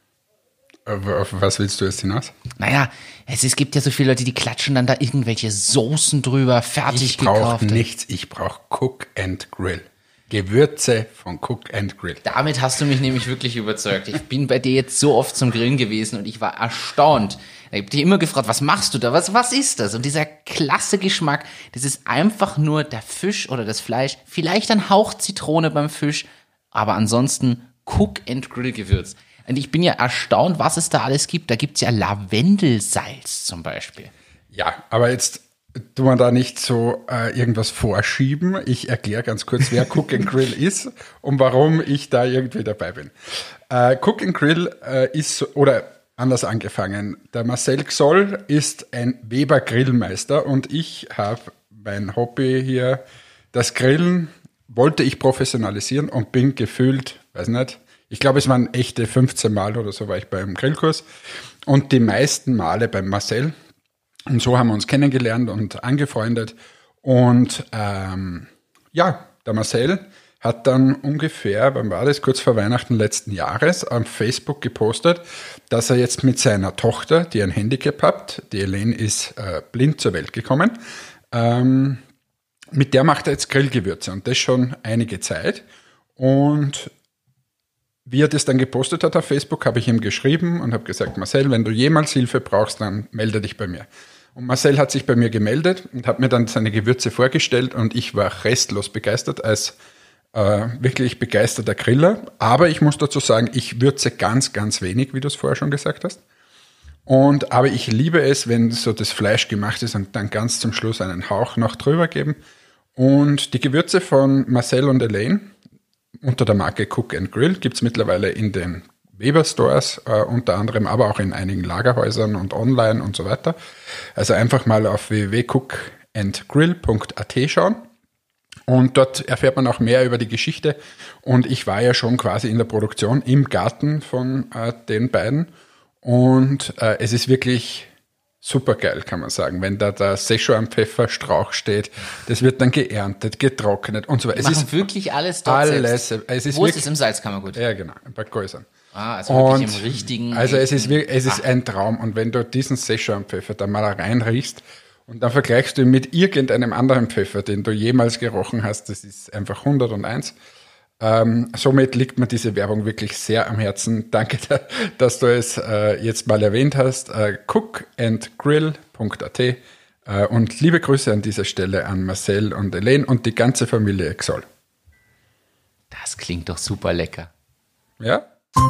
Auf was willst du jetzt hinaus? Naja, es, es gibt ja so viele Leute, die klatschen dann da irgendwelche Soßen drüber, fertig gekauft. Ich brauche nichts, ich brauche Cook and Grill. Gewürze von Cook and Grill. Damit hast du mich nämlich wirklich überzeugt. Ich bin bei dir jetzt so oft zum Grillen gewesen und ich war erstaunt. Ich habe dich immer gefragt, was machst du da? Was, was ist das? Und dieser klasse Geschmack, das ist einfach nur der Fisch oder das Fleisch, vielleicht ein Hauch Zitrone beim Fisch, aber ansonsten Cook and Grill Gewürz. Und ich bin ja erstaunt, was es da alles gibt. Da gibt es ja Lavendelsalz zum Beispiel. Ja, aber jetzt tun wir da nicht so äh, irgendwas vorschieben. Ich erkläre ganz kurz, wer Cook and Grill ist und warum ich da irgendwie dabei bin. Äh, Cook and Grill äh, ist, oder anders angefangen, der Marcel Gsoll ist ein Weber Grillmeister und ich habe mein Hobby hier, das Grillen, wollte ich professionalisieren und bin gefühlt, weiß nicht, ich glaube, es waren echte fünfzehn Mal oder so war ich beim Grillkurs und die meisten Male beim Marcel. Und so haben wir uns kennengelernt und angefreundet. Und ähm, ja, der Marcel hat dann ungefähr, wann war das, kurz vor Weihnachten letzten Jahres, auf Facebook gepostet, dass er jetzt mit seiner Tochter, die ein Handicap hat, die Elaine ist äh, blind zur Welt gekommen, ähm, mit der macht er jetzt Grillgewürze und das schon einige Zeit. Und wie er das dann gepostet hat auf Facebook, habe ich ihm geschrieben und habe gesagt, Marcel, wenn du jemals Hilfe brauchst, dann melde dich bei mir. Und Marcel hat sich bei mir gemeldet und hat mir dann seine Gewürze vorgestellt und ich war restlos begeistert als äh, wirklich begeisterter Griller. Aber ich muss dazu sagen, ich würze ganz, ganz wenig, wie du es vorher schon gesagt hast. Und, aber ich liebe es, wenn so das Fleisch gemacht ist und dann ganz zum Schluss einen Hauch noch drüber geben. Und die Gewürze von Marcel und Elaine unter der Marke Cook and Grill gibt es mittlerweile in den Weber Stores, äh, unter anderem, aber auch in einigen Lagerhäusern und online und so weiter. Also einfach mal auf w w w punkt cook and grill punkt a t schauen und dort erfährt man auch mehr über die Geschichte. Und ich war ja schon quasi in der Produktion im Garten von äh, den beiden und äh, es ist wirklich super geil, kann man sagen. Wenn da der Szechuan-Pfefferstrauch steht, das wird dann geerntet, getrocknet und so weiter. Es ist wirklich alles dort alles. selbst. Es ist Wo wirklich, ist es? Im Salzkammergut? Ja, genau, ein paar Gäusern. Ah, also wirklich und im richtigen... Also es ist, wirklich, es ist Ach. ein Traum. Und wenn du diesen Szechuan-Pfeffer da mal reinriechst und dann vergleichst du ihn mit irgendeinem anderen Pfeffer, den du jemals gerochen hast, das ist einfach hunderteins. Ähm, somit liegt mir diese Werbung wirklich sehr am Herzen. Danke, dass du es äh, jetzt mal erwähnt hast. Äh, cook and grill punkt a t äh, und liebe Grüße an dieser Stelle an Marcel und Elaine und die ganze Familie Gsoll. Das klingt doch super lecker. Ja?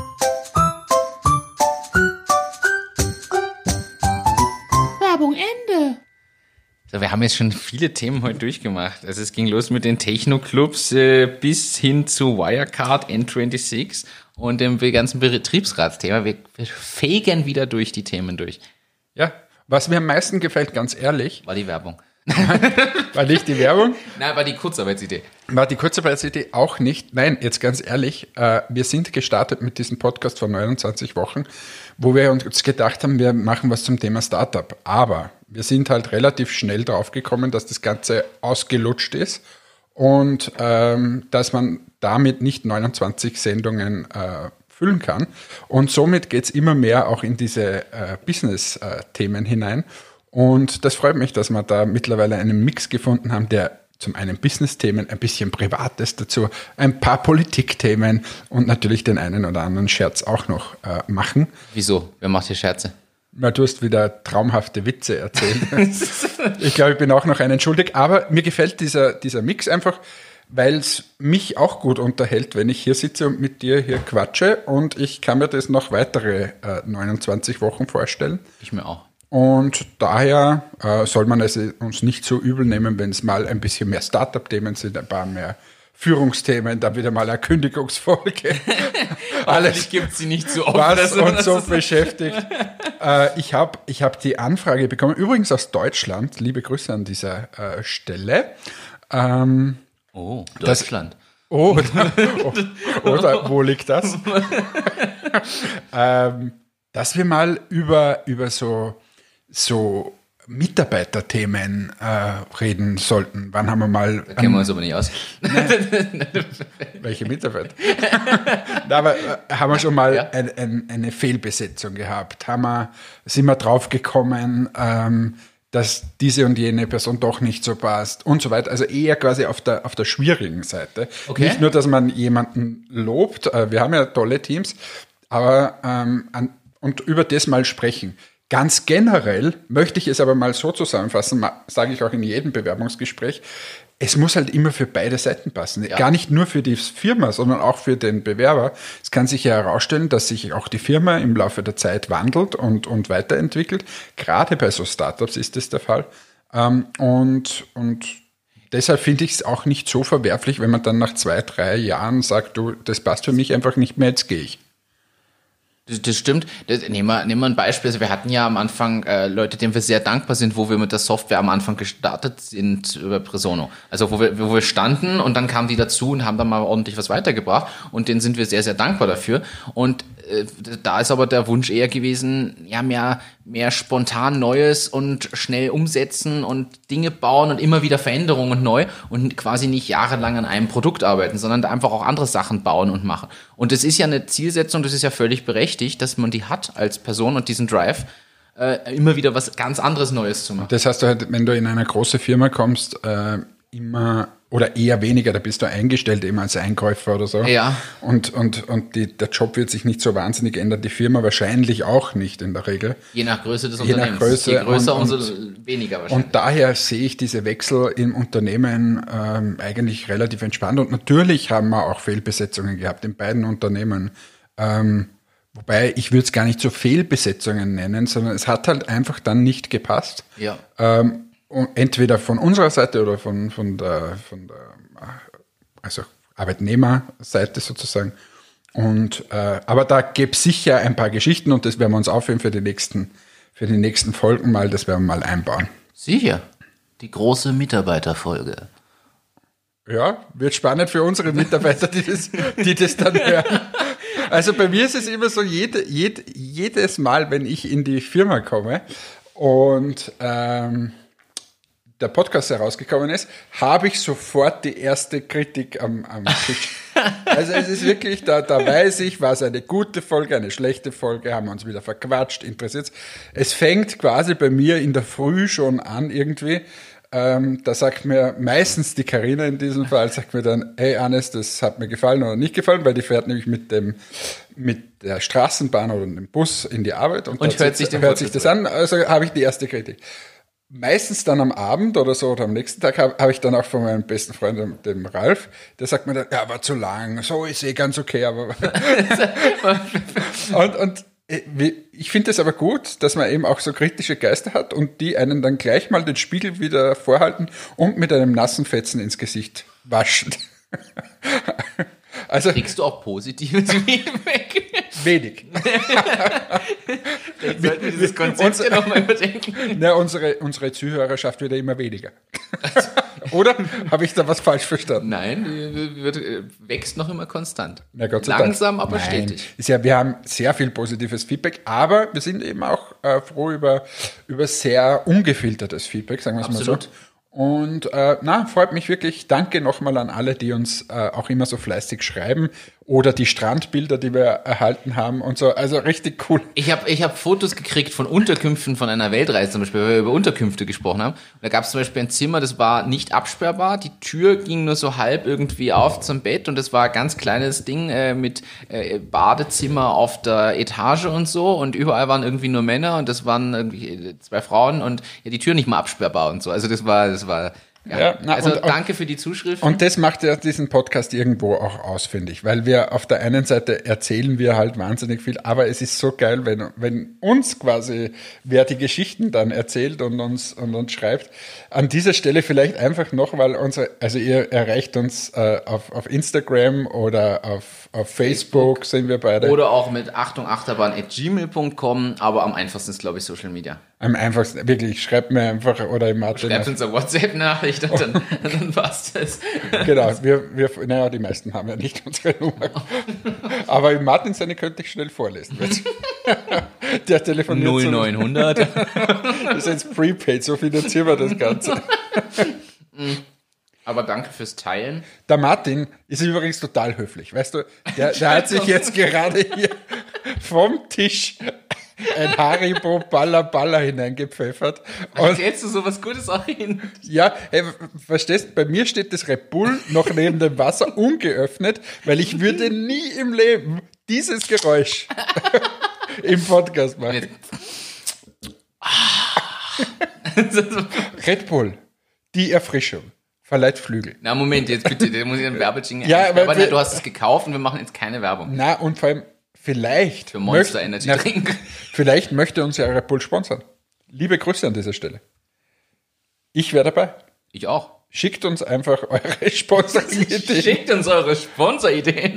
Werbung Ende. So, wir haben jetzt schon viele Themen heute durchgemacht. Also es ging los mit den Techno-Clubs äh, bis hin zu Wirecard, N sechsundzwanzig und dem ganzen Betriebsratsthema. Wir, wir fegen wieder durch die Themen durch. Ja, was mir am meisten gefällt, ganz ehrlich, War die Werbung. war nicht die Werbung, Nein, war die Kurzarbeitsidee. war die Kurzarbeitsidee auch nicht. Nein, jetzt ganz ehrlich, äh, wir sind gestartet mit diesem Podcast vor neunundzwanzig Wochen, wo wir uns gedacht haben, wir machen was zum Thema Startup. Aber wir sind halt relativ schnell drauf gekommen, dass das Ganze ausgelutscht ist und ähm, dass man damit nicht neunundzwanzig Sendungen äh, füllen kann. Und somit geht es immer mehr auch in diese äh, Business-Themen hinein. Und das freut mich, dass wir da mittlerweile einen Mix gefunden haben, der zum einen Business-Themen, ein bisschen Privates dazu, ein paar Politik-Themen und natürlich den einen oder anderen Scherz auch noch äh, machen. Wieso? Wer macht hier Scherze? Na, du hast wieder traumhafte Witze erzählt. Ich glaube, ich bin auch noch einen schuldig, aber mir gefällt dieser, dieser Mix einfach, weil es mich auch gut unterhält, wenn ich hier sitze und mit dir hier quatsche und ich kann mir das noch weitere äh, neunundzwanzig Wochen vorstellen. Ich mir auch. Und daher äh, soll man es uns nicht so übel nehmen, wenn es mal ein bisschen mehr Startup-Themen sind, ein paar mehr Führungsthemen, dann wieder mal eine Kündigungsfolge. Alles gibt sie nicht so oft. Was uns so beschäftigt. Äh, ich habe ich hab die Anfrage bekommen, übrigens aus Deutschland, liebe Grüße an dieser äh, Stelle. Ähm, oh, Deutschland. Das, oh, oder, oder wo liegt das? ähm, dass wir mal über, über so, so Mitarbeiterthemen äh, reden sollten. Wann haben wir mal... Da kennen wir uns aber nicht aus. Welche Mitarbeiter? Na, aber äh, haben wir schon mal Ja. ein, ein, eine Fehlbesetzung gehabt? Haben wir, sind wir drauf gekommen, ähm, dass diese und jene Person doch nicht so passt und so weiter. Also eher quasi auf der, auf der schwierigen Seite. Okay. Nicht nur, dass man jemanden lobt, äh, wir haben ja tolle Teams, aber ähm, an, und über das mal sprechen. Ganz generell möchte ich es aber mal so zusammenfassen, sage ich auch in jedem Bewerbungsgespräch, es muss halt immer für beide Seiten passen. Ja. Gar nicht nur für die Firma, sondern auch für den Bewerber. Es kann sich ja herausstellen, dass sich auch die Firma im Laufe der Zeit wandelt und, und weiterentwickelt. Gerade bei so Startups ist das der Fall. Ähm, und, und deshalb finde ich es auch nicht so verwerflich, wenn man dann nach zwei, drei Jahren sagt, du, das passt für mich einfach nicht mehr, jetzt gehe ich. Das, das stimmt. Das, nehmen, wir, nehmen wir ein Beispiel. Also wir hatten ja am Anfang äh, Leute, denen wir sehr dankbar sind, wo wir mit der Software am Anfang gestartet sind über Presono. Also wo wir, wo wir standen und dann kamen die dazu und haben dann mal ordentlich was weitergebracht und denen sind wir sehr, sehr dankbar dafür. Und äh, da ist aber der Wunsch eher gewesen, ja, mehr, mehr spontan Neues und schnell umsetzen und Dinge bauen und immer wieder Veränderungen und neu und quasi nicht jahrelang an einem Produkt arbeiten, sondern da einfach auch andere Sachen bauen und machen. Und das ist ja eine Zielsetzung, das ist ja völlig berechtigt, dass man die hat als Person und diesen Drive, äh, immer wieder was ganz anderes Neues zu machen. Das heißt, halt, wenn du in eine große Firma kommst, äh, immer oder eher weniger, da bist du eingestellt eben als Einkäufer oder so. Ja. Und, und, und die, der Job wird sich nicht so wahnsinnig ändern, die Firma wahrscheinlich auch nicht in der Regel. Je nach Größe des Je nach Unternehmens. Größe Je größer, und- umso weniger wahrscheinlich. Und daher sehe ich diese Wechsel im Unternehmen ähm, eigentlich relativ entspannt. Und natürlich haben wir auch Fehlbesetzungen gehabt in beiden Unternehmen. Ähm, wobei ich würde es gar nicht so Fehlbesetzungen nennen, sondern es hat halt einfach dann nicht gepasst. Ja. Ähm, und entweder von unserer Seite oder von, von der, von der also Arbeitnehmerseite sozusagen. Und, äh, aber da gäbe es sicher ein paar Geschichten und das werden wir uns aufheben für die nächsten, für die nächsten Folgen mal, das werden wir mal einbauen. Sicher. Die große Mitarbeiterfolge. Ja, wird spannend für unsere Mitarbeiter, die das, die das dann hören. Also bei mir ist es immer so, jede, jed, jedes Mal, wenn ich in die Firma komme und ähm, der Podcast herausgekommen ist, habe ich sofort die erste Kritik am, am Tisch. Also es ist wirklich, da, da weiß ich, war es eine gute Folge, eine schlechte Folge, haben wir uns wieder verquatscht, interessiert. Es fängt quasi bei mir in der Früh schon an irgendwie. Ähm, da sagt mir meistens die Carina in diesem Fall, sagt mir dann, hey Hannes, das hat mir gefallen oder nicht gefallen, weil die fährt nämlich mit dem mit der Straßenbahn oder dem Bus in die Arbeit und, Und da hört sitzt- sich den hört sich Podcast das an, also habe ich die erste Kritik. Meistens dann am Abend oder so oder am nächsten Tag habe hab ich dann auch von meinem besten Freund, dem, dem Ralf, der sagt mir dann, ja, war zu lang, so ist eh ganz okay, aber und, und ich finde es aber gut, dass man eben auch so kritische Geister hat und die einen dann gleich mal den Spiegel wieder vorhalten und mit einem nassen Fetzen ins Gesicht waschen. Also Kriegst du auch positives Feedback? wenig. Vielleicht sollten wir dieses Konzept ja nochmal überdenken. Na, unsere, unsere Zuhörerschaft wird ja immer weniger. Oder habe ich da was falsch verstanden? Nein, die wird, äh, wächst noch immer konstant. Na, Gott sei Langsam, Dank. aber Nein. stetig. Ist ja, wir haben sehr viel positives Feedback, aber wir sind eben auch äh, froh über, über sehr ungefiltertes Feedback, sagen wir es mal so. Absolut. Und äh, na, freut mich wirklich. Danke nochmal an alle, die uns äh, auch immer so fleißig schreiben oder die Strandbilder, die wir erhalten haben und so. Also richtig cool. Ich habe ich hab Fotos gekriegt von Unterkünften von einer Weltreise zum Beispiel, weil wir über Unterkünfte gesprochen haben. Und da gab es zum Beispiel ein Zimmer, das war nicht absperrbar. Die Tür ging nur so halb irgendwie auf zum Bett und das war ein ganz kleines Ding äh, mit äh, Badezimmer auf der Etage und so. Und überall waren irgendwie nur Männer und das waren irgendwie zwei Frauen und ja, die Tür nicht mal absperrbar und so. Also das war, das war Ja. Ja, na, also und- danke für die Zuschriften. Und das macht ja diesen Podcast irgendwo auch aus, finde ich. Weil wir auf der einen Seite erzählen wir halt wahnsinnig viel, aber es ist so geil, wenn, wenn uns quasi wer die Geschichten dann erzählt und uns, und uns schreibt. An dieser Stelle vielleicht einfach noch, weil unsere, also ihr erreicht uns äh, auf, auf Instagram oder auf, auf Facebook, sind wir beide. Oder auch mit Achtung Achterbahn at gmail punkt com, aber am einfachsten ist, glaube ich, Social Media. Am einfachsten, wirklich, schreibt mir einfach oder im Martin. Schreibt uns eine WhatsApp-Nachricht und dann, dann passt es. Genau, wir, wir, naja, die meisten haben ja nicht unsere Nummer. Aber im Martin seine könnte ich schnell vorlesen. Der telefoniert null neunhundert. So, das ist jetzt Prepaid, so finanzieren wir das Ganze. Aber danke fürs Teilen. Der Martin ist übrigens total höflich, weißt du? Der, der hat sich jetzt gerade hier vom Tisch ein Haribo Baller Baller hineingepfeffert. Und Erzählst du sowas Gutes auch hin? ja, hey, verstehst, bei mir steht das Red Bull noch neben dem Wasser ungeöffnet, weil ich würde nie im Leben dieses Geräusch im Podcast machen. Red Bull, die Erfrischung, verleiht Flügel. Na Moment, jetzt bitte, da muss ich einen Werbejingle Ja, einspielen. aber Aber wir- nein, du hast es gekauft und wir machen jetzt keine Werbung. Na, und vor allem, vielleicht, Für Monster möcht- Energy na, Drink. vielleicht möchte uns ja Red Bull sponsern. Liebe Grüße an dieser Stelle. Ich wäre dabei. Ich auch. Schickt uns einfach eure Sponsoring-Ideen. Schickt uns eure Sponsorideen.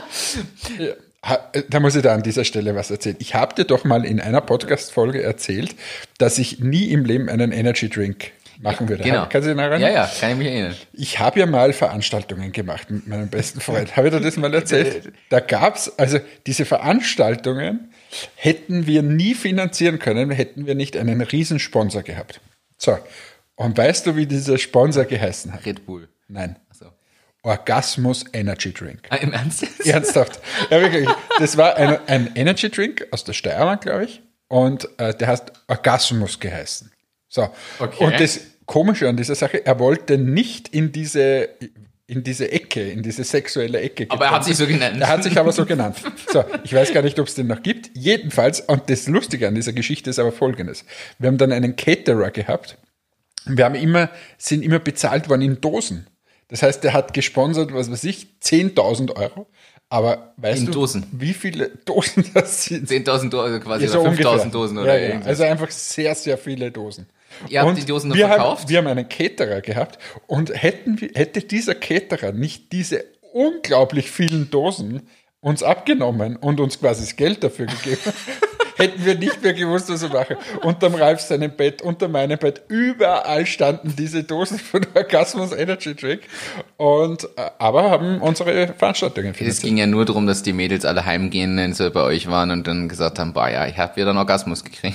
Ha- Da muss ich da an dieser Stelle was erzählen. Ich habe dir doch mal in einer Podcast-Folge erzählt, dass ich nie im Leben einen Energy-Drink machen würde. Genau. Kannst du dich daran Ja, erinnern? ja, kann ich mich erinnern. Ich habe ja mal Veranstaltungen gemacht mit meinem besten Freund. Habe ich dir das mal erzählt? Da gab's also diese Veranstaltungen hätten wir nie finanzieren können, hätten wir nicht einen riesen Sponsor gehabt. So, und weißt du, wie dieser Sponsor geheißen hat? Red Bull. Nein. Achso. Orgasmus Energy Drink. Ah, im Ernst? Ernsthaft. Ja, wirklich. Das war ein, ein Energy Drink aus der Steiermark, glaube ich. Und äh, der hat Orgasmus geheißen. So. Okay. Und das Komische an dieser Sache, er wollte nicht in diese, in diese Ecke, in diese sexuelle Ecke. Aber er hat sich so genannt. Er hat sich aber so genannt. So, ich weiß gar nicht, ob es den noch gibt. Jedenfalls, und das Lustige an dieser Geschichte ist aber Folgendes. Wir haben dann einen Caterer gehabt. Wir haben immer, sind immer bezahlt worden in Dosen. Das heißt, der hat gesponsert, was weiß ich, zehntausend Euro. Aber weißt In du, Dosen. wie viele Dosen das sind? zehntausend Dosen quasi, Ja, so oder fünftausend ungefähr. Dosen oder ja, ja. irgendwas. Also einfach sehr, sehr viele Dosen. Ihr habt Und die Dosen noch wir verkauft? Haben, wir haben einen Caterer gehabt und hätten, wir- hätte dieser Caterer nicht diese unglaublich vielen Dosen uns abgenommen und uns quasi das Geld dafür gegeben, hätten wir nicht mehr gewusst, was wir machen. Unterm Ralf seinem Bett, unter meinem Bett, überall standen diese Dosen von Orgasmus Energy Drink und äh, aber haben unsere Veranstaltungen Es finanziert. ging ja nur darum, dass die Mädels alle heimgehen, wenn sie bei euch waren und dann gesagt haben, boah, ja, ich habe wieder einen Orgasmus gekriegt.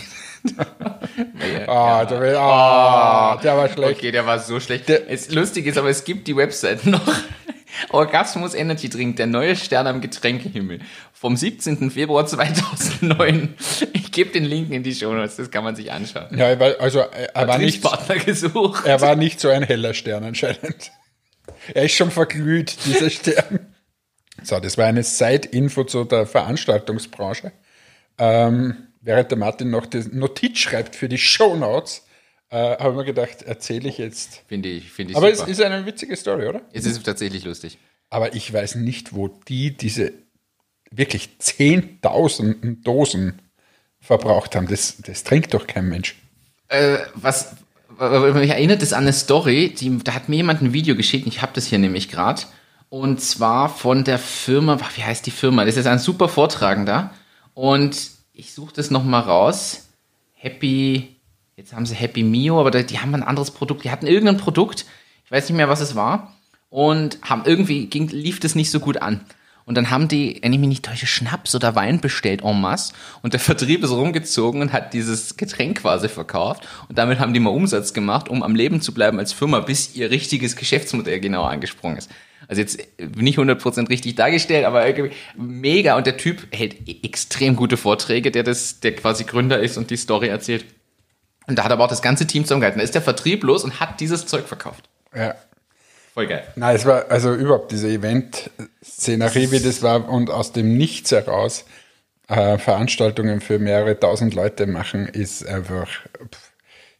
Ah, der, war- ah, der war schlecht. Okay, der war so schlecht. Der- es lustig ist, aber es gibt die Website noch. Orgasmus Energy Drink, der neue Stern am Getränkehimmel. Vom siebzehnten Februar zweitausendneun. Ich gebe den Link in die Shownotes, das kann man sich anschauen. Ja, weil, also er er war nicht, Partner gesucht. er war nicht so ein heller Stern anscheinend. Er ist schon verglüht, dieser Stern. So, das war eine Side-Info zu der Veranstaltungsbranche. Ähm, während der Martin noch die Notiz schreibt für die Shownotes, äh, habe ich mir gedacht, erzähle ich jetzt. Finde ich, finde ich Aber es super. ist eine witzige Story, oder? Es ist tatsächlich lustig. Aber ich weiß nicht, wo die diese wirklich zehntausenden Dosen verbraucht haben. Das, das trinkt doch kein Mensch. Äh, was, was mich erinnert es an eine Story, die, da hat mir jemand ein Video geschickt, ich habe das hier nämlich gerade, und zwar von der Firma, wie heißt die Firma? Das ist ein super Vortragender und ich suche das nochmal raus. Happy, jetzt haben sie Happy Mio, aber die haben ein anderes Produkt, die hatten irgendein Produkt, ich weiß nicht mehr, was es war, und haben irgendwie, ging, lief das nicht so gut an. Und dann haben die, wenn ich mich nicht täusche, Schnaps oder Wein bestellt en masse. Und der Vertrieb ist rumgezogen und hat dieses Getränk quasi verkauft. Und damit haben die mal Umsatz gemacht, um am Leben zu bleiben als Firma, bis ihr richtiges Geschäftsmodell genau angesprungen ist. Also jetzt nicht hundert Prozent richtig dargestellt, aber irgendwie mega. Und der Typ hält e- extrem gute Vorträge, der das, der quasi Gründer ist und die Story erzählt. Und da hat aber auch das ganze Team zusammengehalten. Da ist der Vertrieb los und hat dieses Zeug verkauft. Ja. Voll geil. Nein, es war also überhaupt diese Event-Szenerie, wie das war, und aus dem Nichts heraus äh, Veranstaltungen für mehrere tausend Leute machen, ist einfach. Pff.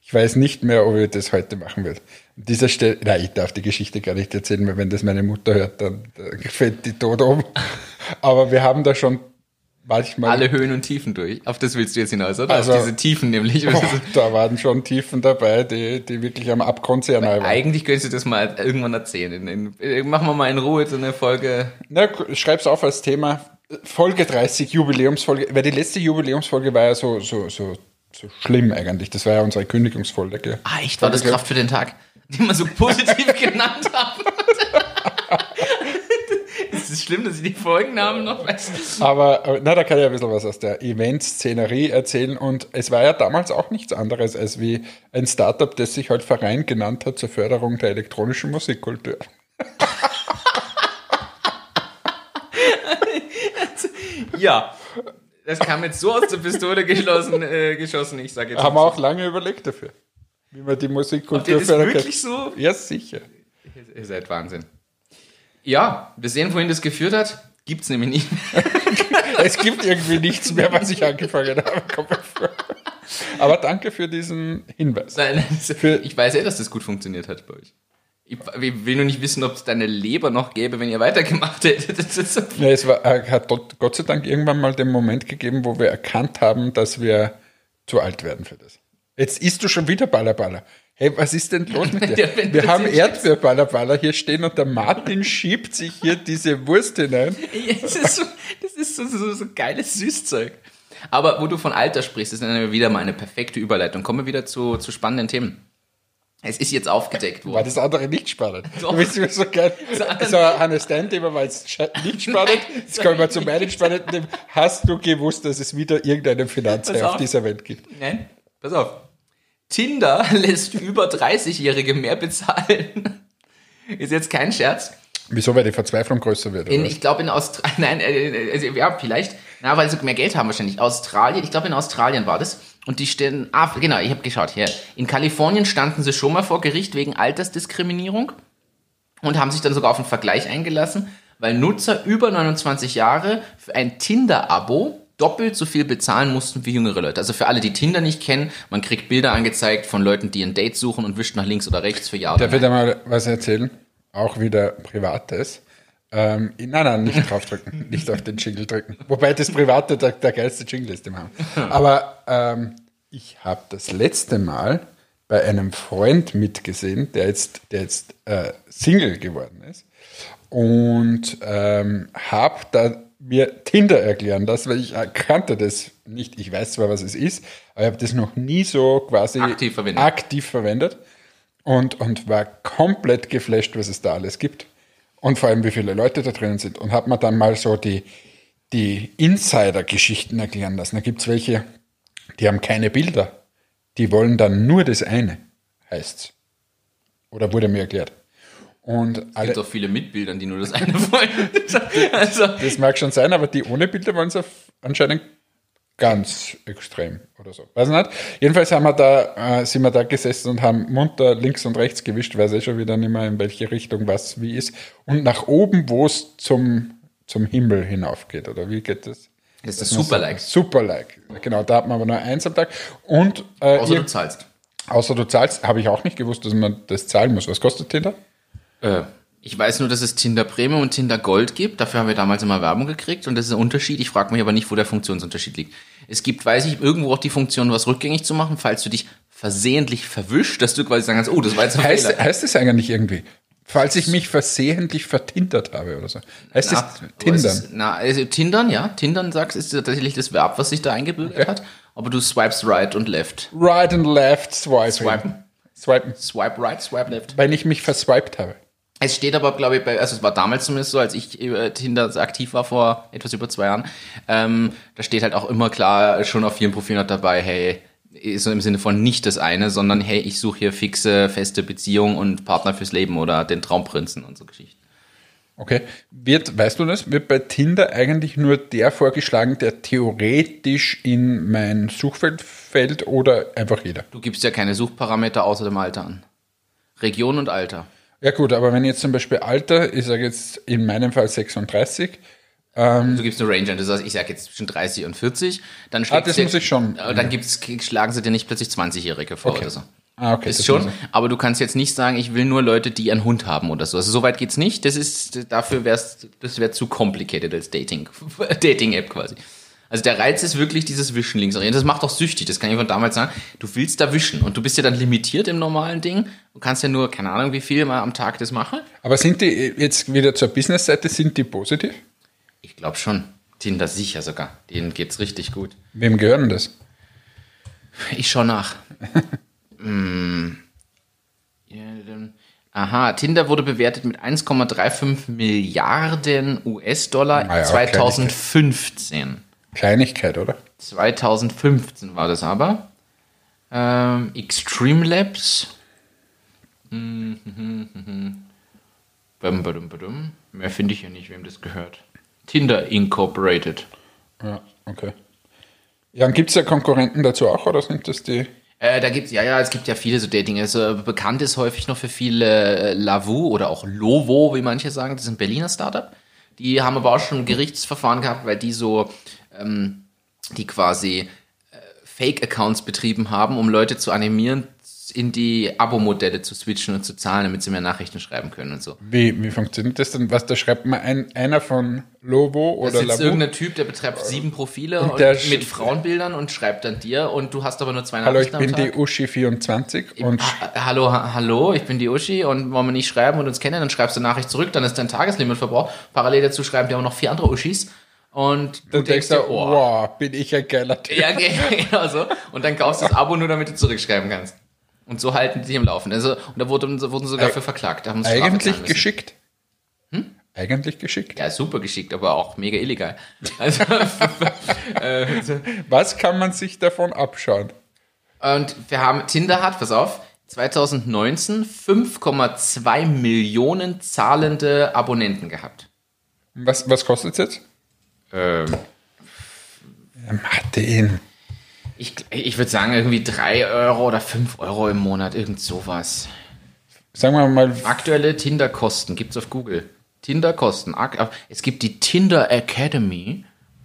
Ich weiß nicht mehr, ob ich das heute machen werde. An dieser Stelle, nein, ich darf die Geschichte gar nicht erzählen, weil wenn das meine Mutter hört, dann, dann fällt die tot um. Aber wir haben da schon manchmal... Alle Höhen und Tiefen durch. Auf das willst du jetzt hinaus, oder? Also, Auf diese Tiefen nämlich. Oh, da waren schon Tiefen dabei, die, die wirklich am Abgrund sehr nahe waren. Eigentlich könntest du das mal irgendwann erzählen. In, in, machen wir mal in Ruhe so eine Folge. Na, schreib's auf als Thema. Folge dreißig, Jubiläumsfolge. Weil die letzte Jubiläumsfolge war ja so, so, so, so schlimm eigentlich. Das war ja unsere Kündigungsfolge. Ah, echt? War das Kraft für den Tag? Die wir so positiv genannt haben. Ist es schlimm, dass ich die Folgennamen noch weiß? Aber, aber na, da kann ich ein bisschen was aus der Event-Szenerie erzählen. Und es war ja damals auch nichts anderes als wie ein Startup, das sich halt Verein genannt hat zur Förderung der elektronischen Musikkultur. Ja, das kam jetzt so aus der Pistole geschossen. Äh, geschossen. Ich sage jetzt. Haben wir auch lange überlegt dafür, wie man die Musikkultur Habt ihr das wirklich so? Ja, sicher. Ihr seid Wahnsinn. Ja, wir sehen, wohin das geführt hat. Gibt's nämlich nicht mehr. Es gibt irgendwie nichts mehr, was ich angefangen habe. Kommt mir vor. Aber danke für diesen Hinweis. Nein, nein, ich weiß ja, dass das gut funktioniert hat bei euch. Ich will nur nicht wissen, ob es deine Leber noch gäbe, wenn ihr weitergemacht hättet. Das ist so. Ja, es war, hat Gott sei Dank irgendwann mal den Moment gegeben, wo wir erkannt haben, dass wir zu alt werden für das. Jetzt isst du schon wieder Ballerballer. Hey, was ist denn los mit dir? Wir haben Erdbeerballerballer hier stehen und der Martin schiebt sich hier diese Wurst hinein. Ja, das ist so, das ist so, so, so geiles Süßzeug. Aber wo du von Alter sprichst, ist dann wieder mal eine perfekte Überleitung. Kommen wir wieder zu, zu spannenden Themen. Es ist jetzt aufgedeckt worden. War das andere nicht spannend? Doch. Du bist immer so geil. So ein Stand-Thema war jetzt nicht spannend. Jetzt kommen wir zu meinem spannenden Thema. Hast du gewusst, dass es wieder irgendeinen Finanzhai auf dieser Welt gibt? Nein, pass auf. Tinder lässt über dreißigjährige mehr bezahlen. Ist jetzt kein Scherz. Wieso, weil die Verzweiflung größer wird? In, ich glaube in Australien, nein, äh, also, ja, vielleicht, na, weil sie mehr Geld haben wahrscheinlich. Australien, ich glaube in Australien war das. Und die stehen, ah, genau, ich habe geschaut, hier. In Kalifornien standen sie schon mal vor Gericht wegen Altersdiskriminierung und haben sich dann sogar auf einen Vergleich eingelassen, weil Nutzer über neunundzwanzig Jahre für ein Tinder-Abo doppelt so viel bezahlen mussten wie jüngere Leute. Also für alle, die Tinder nicht kennen, man kriegt Bilder angezeigt von Leuten, die ein Date suchen und wischt nach links oder rechts für Jahre. Darf ich dir mal was erzählen? Auch wieder Privates. Ähm, nein, nein, nicht draufdrücken. Nicht auf den Jingle drücken. Wobei das Private der, der geilste Jingle ist, den wir haben. Aber ähm, ich habe das letzte Mal bei einem Freund mitgesehen, der jetzt, der jetzt äh, Single geworden ist. Und ähm, habe da mir Tinder erklären lassen, weil ich kannte das nicht. Ich weiß zwar, was es ist, aber ich habe das noch nie so quasi aktiv verwendet, aktiv verwendet und, und war komplett geflasht, was es da alles gibt. Und vor allem, wie viele Leute da drinnen sind. Und habe mir dann mal so die, die Insider-Geschichten erklären lassen. Da gibt es welche, die haben keine Bilder. Die wollen dann nur das eine, heißt's. Oder wurde mir erklärt. Und es alle, gibt auch viele mit Bildern, die nur das eine wollen. Also. Das mag schon sein, aber die ohne Bilder wollen es anscheinend ganz extrem oder so. Weiß nicht. Jedenfalls haben wir da, äh, sind wir da gesessen und haben munter links und rechts gewischt, weiß ich schon wieder nicht mehr, in welche Richtung was wie ist. Und nach oben, wo es zum, zum Himmel hinaufgeht. Oder wie geht das? Das ist das Super-Like. Super-Like. Genau, da hat man aber nur eins am Tag. Und, äh, außer ihr, du zahlst. Außer du zahlst, habe ich auch nicht gewusst, dass man das zahlen muss. Was kostet Tinder? Äh, ich weiß nur, dass es Tinder Premium und Tinder Gold gibt. Dafür haben wir damals immer Werbung gekriegt und das ist ein Unterschied. Ich frage mich aber nicht, wo der Funktionsunterschied liegt. Es gibt, weiß ich, irgendwo auch die Funktion, was rückgängig zu machen, falls du dich versehentlich verwischt, dass du quasi sagen kannst, oh, das war jetzt ein heißt, Fehler. Heißt das eigentlich irgendwie? Falls ich mich versehentlich vertindert habe oder so. Heißt na, das Tindern? Ist, na, also Tindern, ja. Tindern, sagst ist tatsächlich das Verb, was sich da eingebildet okay. hat. Aber du swipest right und left. Right and left swiping. Swipen. Swipen. Swipe right, swipe left. Weil ich mich verswiped habe. Es steht aber, glaube ich, bei, also es war damals zumindest so, als ich über Tinder aktiv war, vor etwas über zwei Jahren, ähm, da steht halt auch immer klar schon auf vielen Profilen dabei, hey, so im Sinne von nicht das eine, sondern hey, ich suche hier fixe, feste Beziehung und Partner fürs Leben oder den Traumprinzen und so Geschichten. Okay. Wird, weißt du das, wird bei Tinder eigentlich nur der vorgeschlagen, der theoretisch in mein Suchfeld fällt oder einfach jeder? Du gibst ja keine Suchparameter außer dem Alter an. Region und Alter. Ja gut, aber wenn jetzt zum Beispiel Alter, ich sage jetzt in meinem Fall sechsunddreißig. Ähm, du gibst eine Range an, das heißt, ich sage jetzt zwischen dreißig und vierzig. Dann ah, das dir, muss ich schon. Dann gibt's, schlagen sie dir nicht plötzlich zwanzigjährige vor okay. oder so. Ah, okay. Ist das schon, muss aber du kannst jetzt nicht sagen, ich will nur Leute, die einen Hund haben oder so. Also so weit geht's nicht. Das ist, dafür wär's, das wäre zu complicated als Dating, Dating-App quasi. Also der Reiz ist wirklich dieses Wischen links und rechts. Das macht auch süchtig, das kann ich von damals sagen. Du willst da wischen und du bist ja dann limitiert im normalen Ding. Du kannst ja nur, keine Ahnung, wie viel mal am Tag das machen. Aber sind die jetzt wieder zur Business-Seite, sind die positiv? Ich glaube schon. Tinder sicher sogar. Denen geht's richtig gut. Wem gehören das? Ich schau nach. hm. Aha, Tinder wurde bewertet mit eins Komma fünfunddreißig Milliarden U S-Dollar Naja, zwanzig fünfzehn. Kleinigkeit, oder? zwanzig fünfzehn war das aber. Ähm, Extreme Labs. Mhm, mhm, mhm. Badum, badum, badum. Mehr finde ich ja nicht, wem das gehört. Tinder Incorporated. Ja, okay. Ja, und gibt es ja Konkurrenten dazu auch, oder sind das die? Äh, da gibt's, ja, ja, es gibt ja viele so Dating. Also bekannt ist häufig noch für viele äh, Lavu oder auch Lovo, wie manche sagen. Das ist ein Berliner Startup. Die haben aber auch schon ein Gerichtsverfahren gehabt, weil die so, ähm, die quasi äh, Fake-Accounts betrieben haben, um Leute zu animieren, in die Abo-Modelle zu switchen und zu zahlen, damit sie mehr Nachrichten schreiben können und so. Wie, wie funktioniert das denn? Was, da schreibt man ein, einer von Lovo oder Das ist jetzt Lavu? irgendein Typ, der betreibt sieben Profile Und und der mit sch- Frauenbildern und schreibt dann dir und du hast aber nur zwei Hallo, ich Nachrichten bin am Tag. die Uschi vierundzwanzig und Ha- Hallo, ha- hallo, ich bin die Uschi und wollen wir nicht schreiben und uns kennen, dann schreibst du eine Nachricht zurück, dann ist dein Tageslimit verbraucht. Parallel dazu schreiben dir auch noch vier andere Uschis und du dann denkst du, dir, oh, wow, bin ich ein geiler Typ. ja, ge- genau so. Und dann kaufst du das Abo nur, damit du zurückschreiben kannst. Und so halten die sich am Laufen. Also, und da wurden, wurden sie sogar Eig- für verklagt. Da haben sie Strafe Eigentlich zahlen müssen. geschickt. Hm? Eigentlich geschickt. Ja, super geschickt, aber auch mega illegal. Also, äh, so. Was kann man sich davon abschauen? Und wir haben, Tinder hat, pass auf, zwanzig neunzehn fünf Komma zwei Millionen zahlende Abonnenten gehabt. Was, was kostet es jetzt? Ähm, Ja, Martin. ich ich würde sagen, irgendwie drei Euro oder fünf Euro im Monat, irgend sowas. Sagen wir mal, Aktuelle Tinder-Kosten gibt es auf Google. Tinder-Kosten. Ak- Es gibt die Tinder Academy.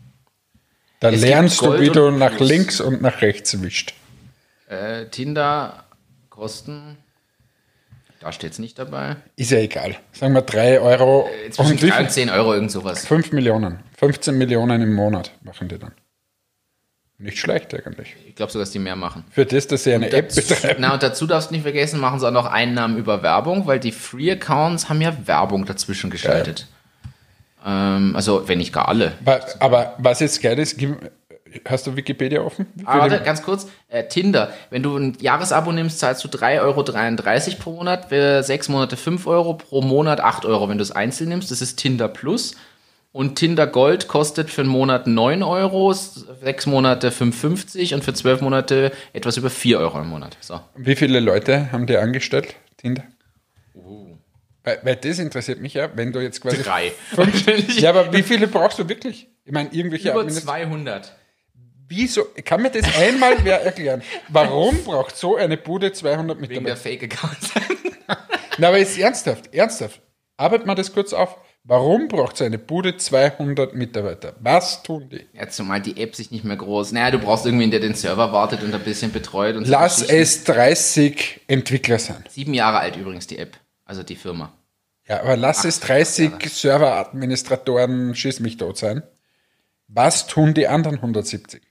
da es lernst gibt du, Gold wie du und nach Plus. links und nach rechts wischt. Äh, Tinder-Kosten. Da steht es nicht dabei. Ist ja egal. Sagen wir drei Euro Äh, Zwischen und wie drei viel? und zehn Euro, irgend sowas. fünf Millionen. fünfzehn Millionen im Monat machen die dann. Nicht schlecht eigentlich. Ich glaube sogar, dass die mehr machen. Für das, dass sie eine App Dazu- betreiben. Na, und dazu darfst du nicht vergessen, machen sie auch noch Einnahmen über Werbung, weil die Free-Accounts haben ja Werbung dazwischen geschaltet. Ähm, also, wenn nicht gar alle. Aber, aber was jetzt geil ist, gib, hast du Wikipedia offen? Wie Aber viele- warte, ganz kurz, äh, Tinder, wenn du ein Jahresabo nimmst, zahlst du drei Euro dreiunddreißig pro Monat, für sechs Monate fünf Euro, pro Monat acht Euro, wenn du es einzeln nimmst. Das ist Tinder Plus. Und Tinder Gold kostet für einen Monat neun Euro, sechs Monate fünf Euro fünfzig und für zwölf Monate etwas über vier Euro im Monat. So. Wie viele Leute haben die angestellt, Tinder? Weil, weil das interessiert mich ja, wenn du jetzt quasi... Drei. Ja, aber wie viele brauchst du wirklich? Ich meine, irgendwelche... Über Administ- zweihundert. Wieso? Kann mir das einmal wer erklären? Warum braucht so eine Bude zweihundert Wegen der Mitarbeiter? Fake-Accounts. Na, aber jetzt ernsthaft, ernsthaft. Arbeit mal das kurz auf. Warum braucht so eine Bude zweihundert Mitarbeiter? Was tun die? Ja, zumal die App sich nicht mehr groß. Naja, du brauchst irgendwen, der den Server wartet und ein bisschen betreut. Und so Lass Geschichten. es dreißig Entwickler sein. Sieben Jahre alt übrigens, die App. Also die Firma. Ja, aber lass es dreißig Serveradministratoren, schieß mich tot sein. Was tun die anderen hundertsiebzig?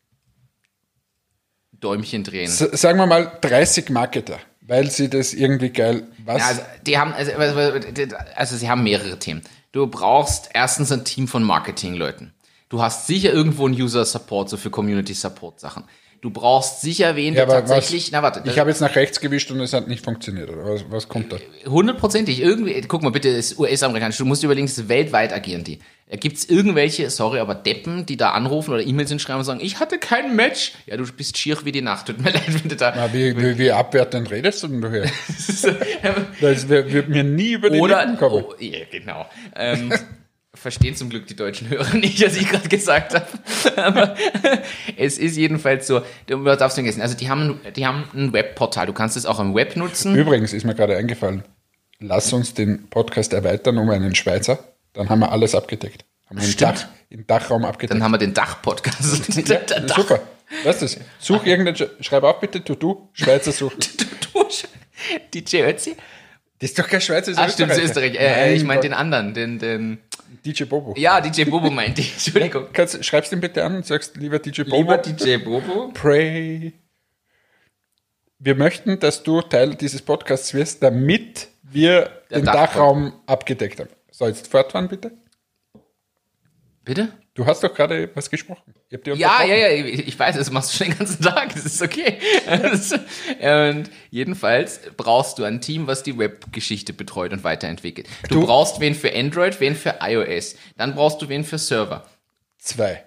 Däumchen drehen. S sagen wir mal dreißig Marketer, weil sie das irgendwie geil... Was? Ja, also, die haben, also, also sie haben mehrere Themen. Du brauchst erstens ein Team von Marketingleuten. Du hast sicher irgendwo einen User-Support, so für Community-Support-Sachen. Du brauchst sicher wen, Ja, der aber tatsächlich... was, Na, warte. ich habe jetzt nach rechts gewischt und es hat nicht funktioniert. Oder was, was kommt da? Hundertprozentig. Irgendwie, guck mal bitte, es ist U S-amerikanisch. Du musst überlegen, es ist weltweit agieren die. Gibt es irgendwelche, sorry, aber Deppen, die da anrufen oder E-Mails hinschreiben und sagen, ich hatte kein Match. Ja, du bist schier wie die Nacht. Tut mir leid, wenn du da... Na, wie, wie, wie abwertend redest du denn daher? Das wär- wird mir nie über die Oder, Lippen kommen. oh, ja, genau. Ähm, verstehen zum Glück die deutschen Hörer nicht, was ich gerade gesagt habe. Aber es ist jedenfalls so, du darfst nicht vergessen, also die haben, die haben ein Webportal, du kannst es auch im Web nutzen. Übrigens ist mir gerade eingefallen, lass uns den Podcast erweitern um einen Schweizer, dann haben wir alles abgedeckt. Haben wir den, Stimmt. Dach, den Dachraum abgedeckt. Dann haben wir den Dach-Podcast. Der- der Dach- Super. Was ist das? Such irgendeinen, Sch- schreib auf bitte, du, du, Schweizer suchen. Du, du, D J Ötzi? Das ist doch kein Schweizer, das Ah, ist stimmt, das ist Österreich. Äh, Nein, ich meine Gott. den anderen, den, den. D J Bobo. Ja, D J Bobo meinte ich. Entschuldigung. Kannst, schreibst ihn bitte an und sagst, lieber D J Bobo, Lieber D J Bobo. pray. Wir möchten, dass du Teil dieses Podcasts wirst, damit wir Der den Dachraum. Dachraum abgedeckt haben. So, jetzt fortfahren bitte. Bitte? Du hast doch gerade was gesprochen. Ich hab dir Ja, unterbrochen. ja, ja, ich ich weiß, das machst du schon den ganzen Tag, das ist okay. Und jedenfalls brauchst du ein Team, was die Webgeschichte betreut und weiterentwickelt. Du, Du- brauchst wen für Android, wen für iOS. Dann brauchst du wen für Server. Zwei.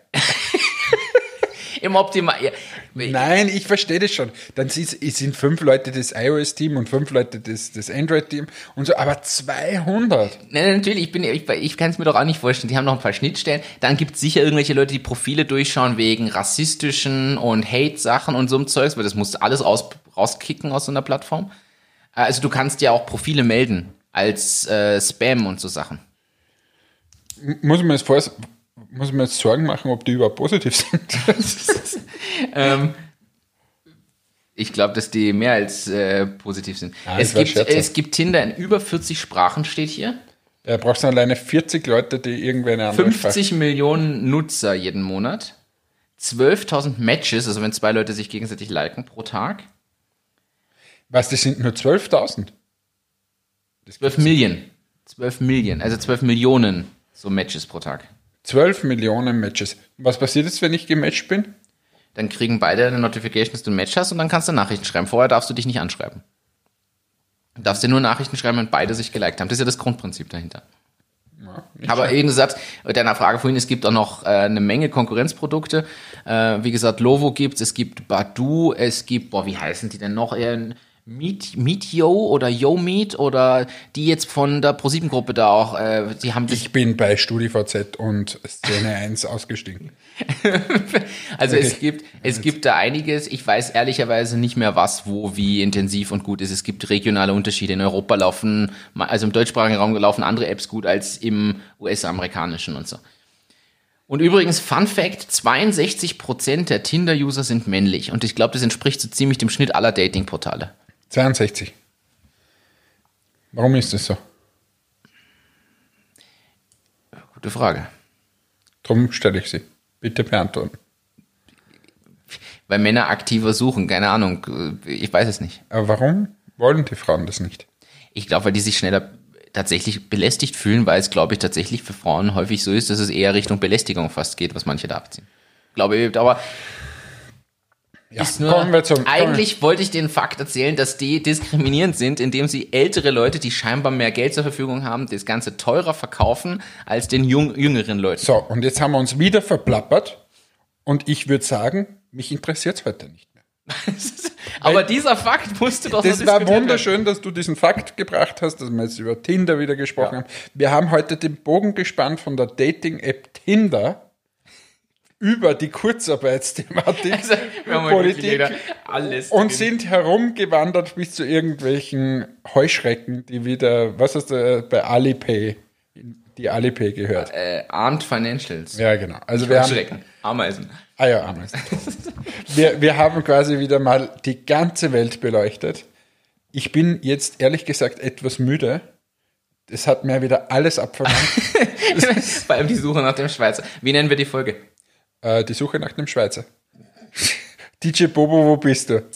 Im Optimal. Ja, Nein, ich verstehe das schon. Dann sind, es sind fünf Leute das iOS-Team und fünf Leute das, das Android-Team und so, aber zweihundert. Nein, natürlich, ich, bin, ich, ich kann es mir doch auch nicht vorstellen. Die haben noch ein paar Schnittstellen. Dann gibt es sicher irgendwelche Leute, die Profile durchschauen wegen rassistischen und Hate-Sachen und so einem Zeugs, weil das musst du alles raus, rauskicken aus so einer Plattform. Also du kannst ja auch Profile melden als äh, Spam und so Sachen. Muss man jetzt vor, muss man jetzt Sorgen machen, ob die überhaupt positiv sind? ähm, ich glaube, dass die mehr als äh, positiv sind. Ah, es, das war gibt, scherzhaft. es gibt Tinder in über vierzig Sprachen, steht hier. Ja, brauchst du alleine vierzig Leute, die irgendwie eine andere fünfzig Millionen Nutzer jeden Monat. zwölftausend Matches, also wenn zwei Leute sich gegenseitig liken pro Tag. Was, das sind nur zwölftausend? zwölf Millionen. zwölf Millionen, also zwölf Millionen so Matches pro Tag. zwölf Millionen Matches. Was passiert jetzt, wenn ich gematcht bin? Dann kriegen beide eine Notification, dass du ein Match hast und dann kannst du Nachrichten schreiben. Vorher darfst du dich nicht anschreiben. Du darfst dir nur Nachrichten schreiben, wenn beide sich geliked haben. Das ist ja das Grundprinzip dahinter. Aber eben gesagt, deiner Frage vorhin, es gibt auch noch äh, eine Menge Konkurrenzprodukte. Äh, wie gesagt, Lovo gibt's, es gibt Badoo, es gibt, boah, wie heißen die denn noch? Äh, Meet, Meetyo oder YoMeet oder die jetzt von der ProSieben-Gruppe da auch, äh, die haben das. Ich bin bei StudiVZ und Szene eins ausgestiegen. Also Okay. es gibt, es gibt da einiges. Ich weiß ehrlicherweise nicht mehr, was, wo, wie intensiv und gut ist. Es gibt regionale Unterschiede. In Europa laufen, also im deutschsprachigen Raum laufen andere Apps gut als im U S-amerikanischen und so. Und übrigens, Fun Fact, zweiundsechzig Prozent der Tinder-User sind männlich. Und ich glaube, das entspricht so ziemlich dem Schnitt aller Dating-Portale. zweiundsechzig. Warum ist das so? Gute Frage. Drum stelle ich sie. Bitte beantworten. Weil Männer aktiver suchen, keine Ahnung, ich weiß es nicht. Aber warum wollen die Frauen das nicht? Ich glaube, weil die sich schneller tatsächlich belästigt fühlen, weil es, glaube ich, tatsächlich für Frauen häufig so ist, dass es eher Richtung Belästigung fast geht, was manche da abziehen. Glaube ich, aber Ja, ist nur, kommen wir zum... eigentlich wollte ich den Fakt erzählen, dass die diskriminierend sind, indem sie ältere Leute, die scheinbar mehr Geld zur Verfügung haben, das Ganze teurer verkaufen als den jung, jüngeren Leuten. So, und jetzt haben wir uns wieder verplappert und ich würde sagen, mich interessiert es heute nicht mehr. Aber dieser Fakt musste doch Das noch war diskutiert werden. wunderschön, dass du diesen Fakt gebracht hast, dass wir jetzt über Tinder wieder gesprochen haben. Wir haben heute den Bogen gespannt von der Dating-App Tinder über die Kurzarbeitsthematik, Also, wir haben heute wirklich Politik wieder alles und drin. sind herumgewandert bis zu irgendwelchen Heuschrecken, die wieder, was hast du äh, bei Alipay, die Alipay gehört. Äh, Armed Financials. Ja, genau. Also wir haben, Schrecken. Ameisen. ah ja, Ameisen. wir, wir haben quasi wieder mal die ganze Welt beleuchtet. Ich bin jetzt ehrlich gesagt etwas müde. Das hat mir wieder alles abverlangt. Vor allem die Suche nach dem Schweizer. Wie nennen wir die Folge? äh, die Suche nach dem Schweizer. D J Bobo, wo bist du?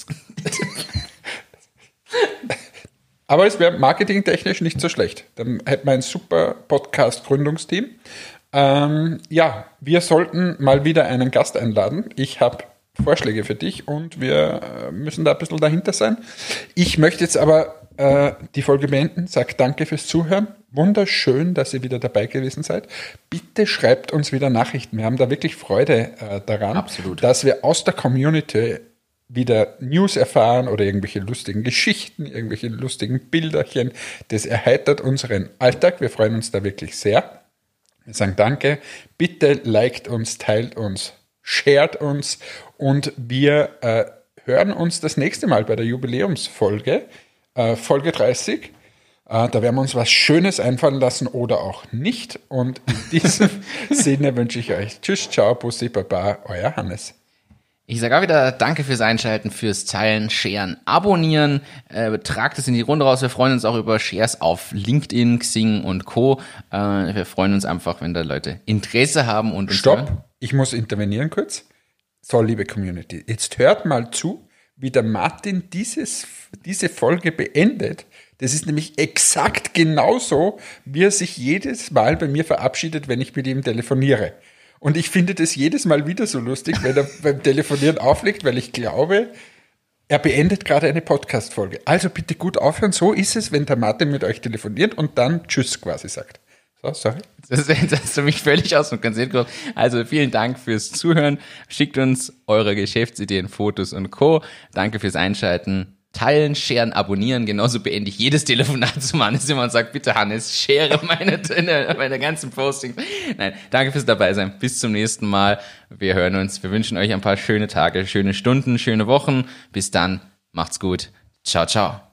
Aber es wäre marketingtechnisch nicht so schlecht. Dann hätten wir ein super Podcast-Gründungsteam. Ähm, ja, wir sollten mal wieder einen Gast einladen. Ich habe Vorschläge für dich und wir äh, müssen da ein bisschen dahinter sein. Ich möchte jetzt aber äh, die Folge beenden. Sag danke fürs Zuhören. Wunderschön, dass ihr wieder dabei gewesen seid. Bitte schreibt uns wieder Nachrichten. Wir haben da wirklich Freude äh, daran, Absolut. dass wir aus der Community wieder News erfahren oder irgendwelche lustigen Geschichten, irgendwelche lustigen Bilderchen. Das erheitert unseren Alltag. Wir freuen uns da wirklich sehr. Wir sagen danke. Bitte liked uns, teilt uns, shared uns und wir äh, hören uns das nächste Mal bei der Jubiläumsfolge, äh, Folge dreißig. Äh, da werden wir uns was Schönes einfallen lassen oder auch nicht. Und in diesem Sinne wünsche ich euch Tschüss, ciao, Bussi, Baba, euer Hannes. Ich sage auch wieder danke fürs Einschalten, fürs Teilen, Sharen, Abonnieren. Äh, tragt es in die Runde raus. Wir freuen uns auch über Shares auf LinkedIn, Xing und Co. Äh, wir freuen uns einfach, wenn da Leute Interesse haben. und uns Stopp, hören. Ich muss intervenieren kurz. So, liebe Community, jetzt hört mal zu, wie der Martin dieses, diese Folge beendet. Das ist nämlich exakt genauso, wie er sich jedes Mal bei mir verabschiedet, wenn ich mit ihm telefoniere. Und ich finde das jedes Mal wieder so lustig, wenn er beim Telefonieren auflegt, weil ich glaube, er beendet gerade eine Podcast-Folge. Also bitte gut aufhören. So ist es, wenn der Martin mit euch telefoniert und dann Tschüss quasi sagt. So, sorry. Das, das hast du mich völlig aus dem Konzept gebracht. Also vielen Dank fürs Zuhören. Schickt uns eure Geschäftsideen, Fotos und Co. Danke fürs Einschalten. Teilen, sharen, abonnieren. Genauso beende ich jedes Telefonat zum Hannes immer und sage, bitte Hannes, share meine, meine ganzen Postings. Nein, danke fürs dabei sein. Bis zum nächsten Mal. Wir hören uns. Wir wünschen euch ein paar schöne Tage, schöne Stunden, schöne Wochen. Bis dann. Macht's gut. Ciao, ciao.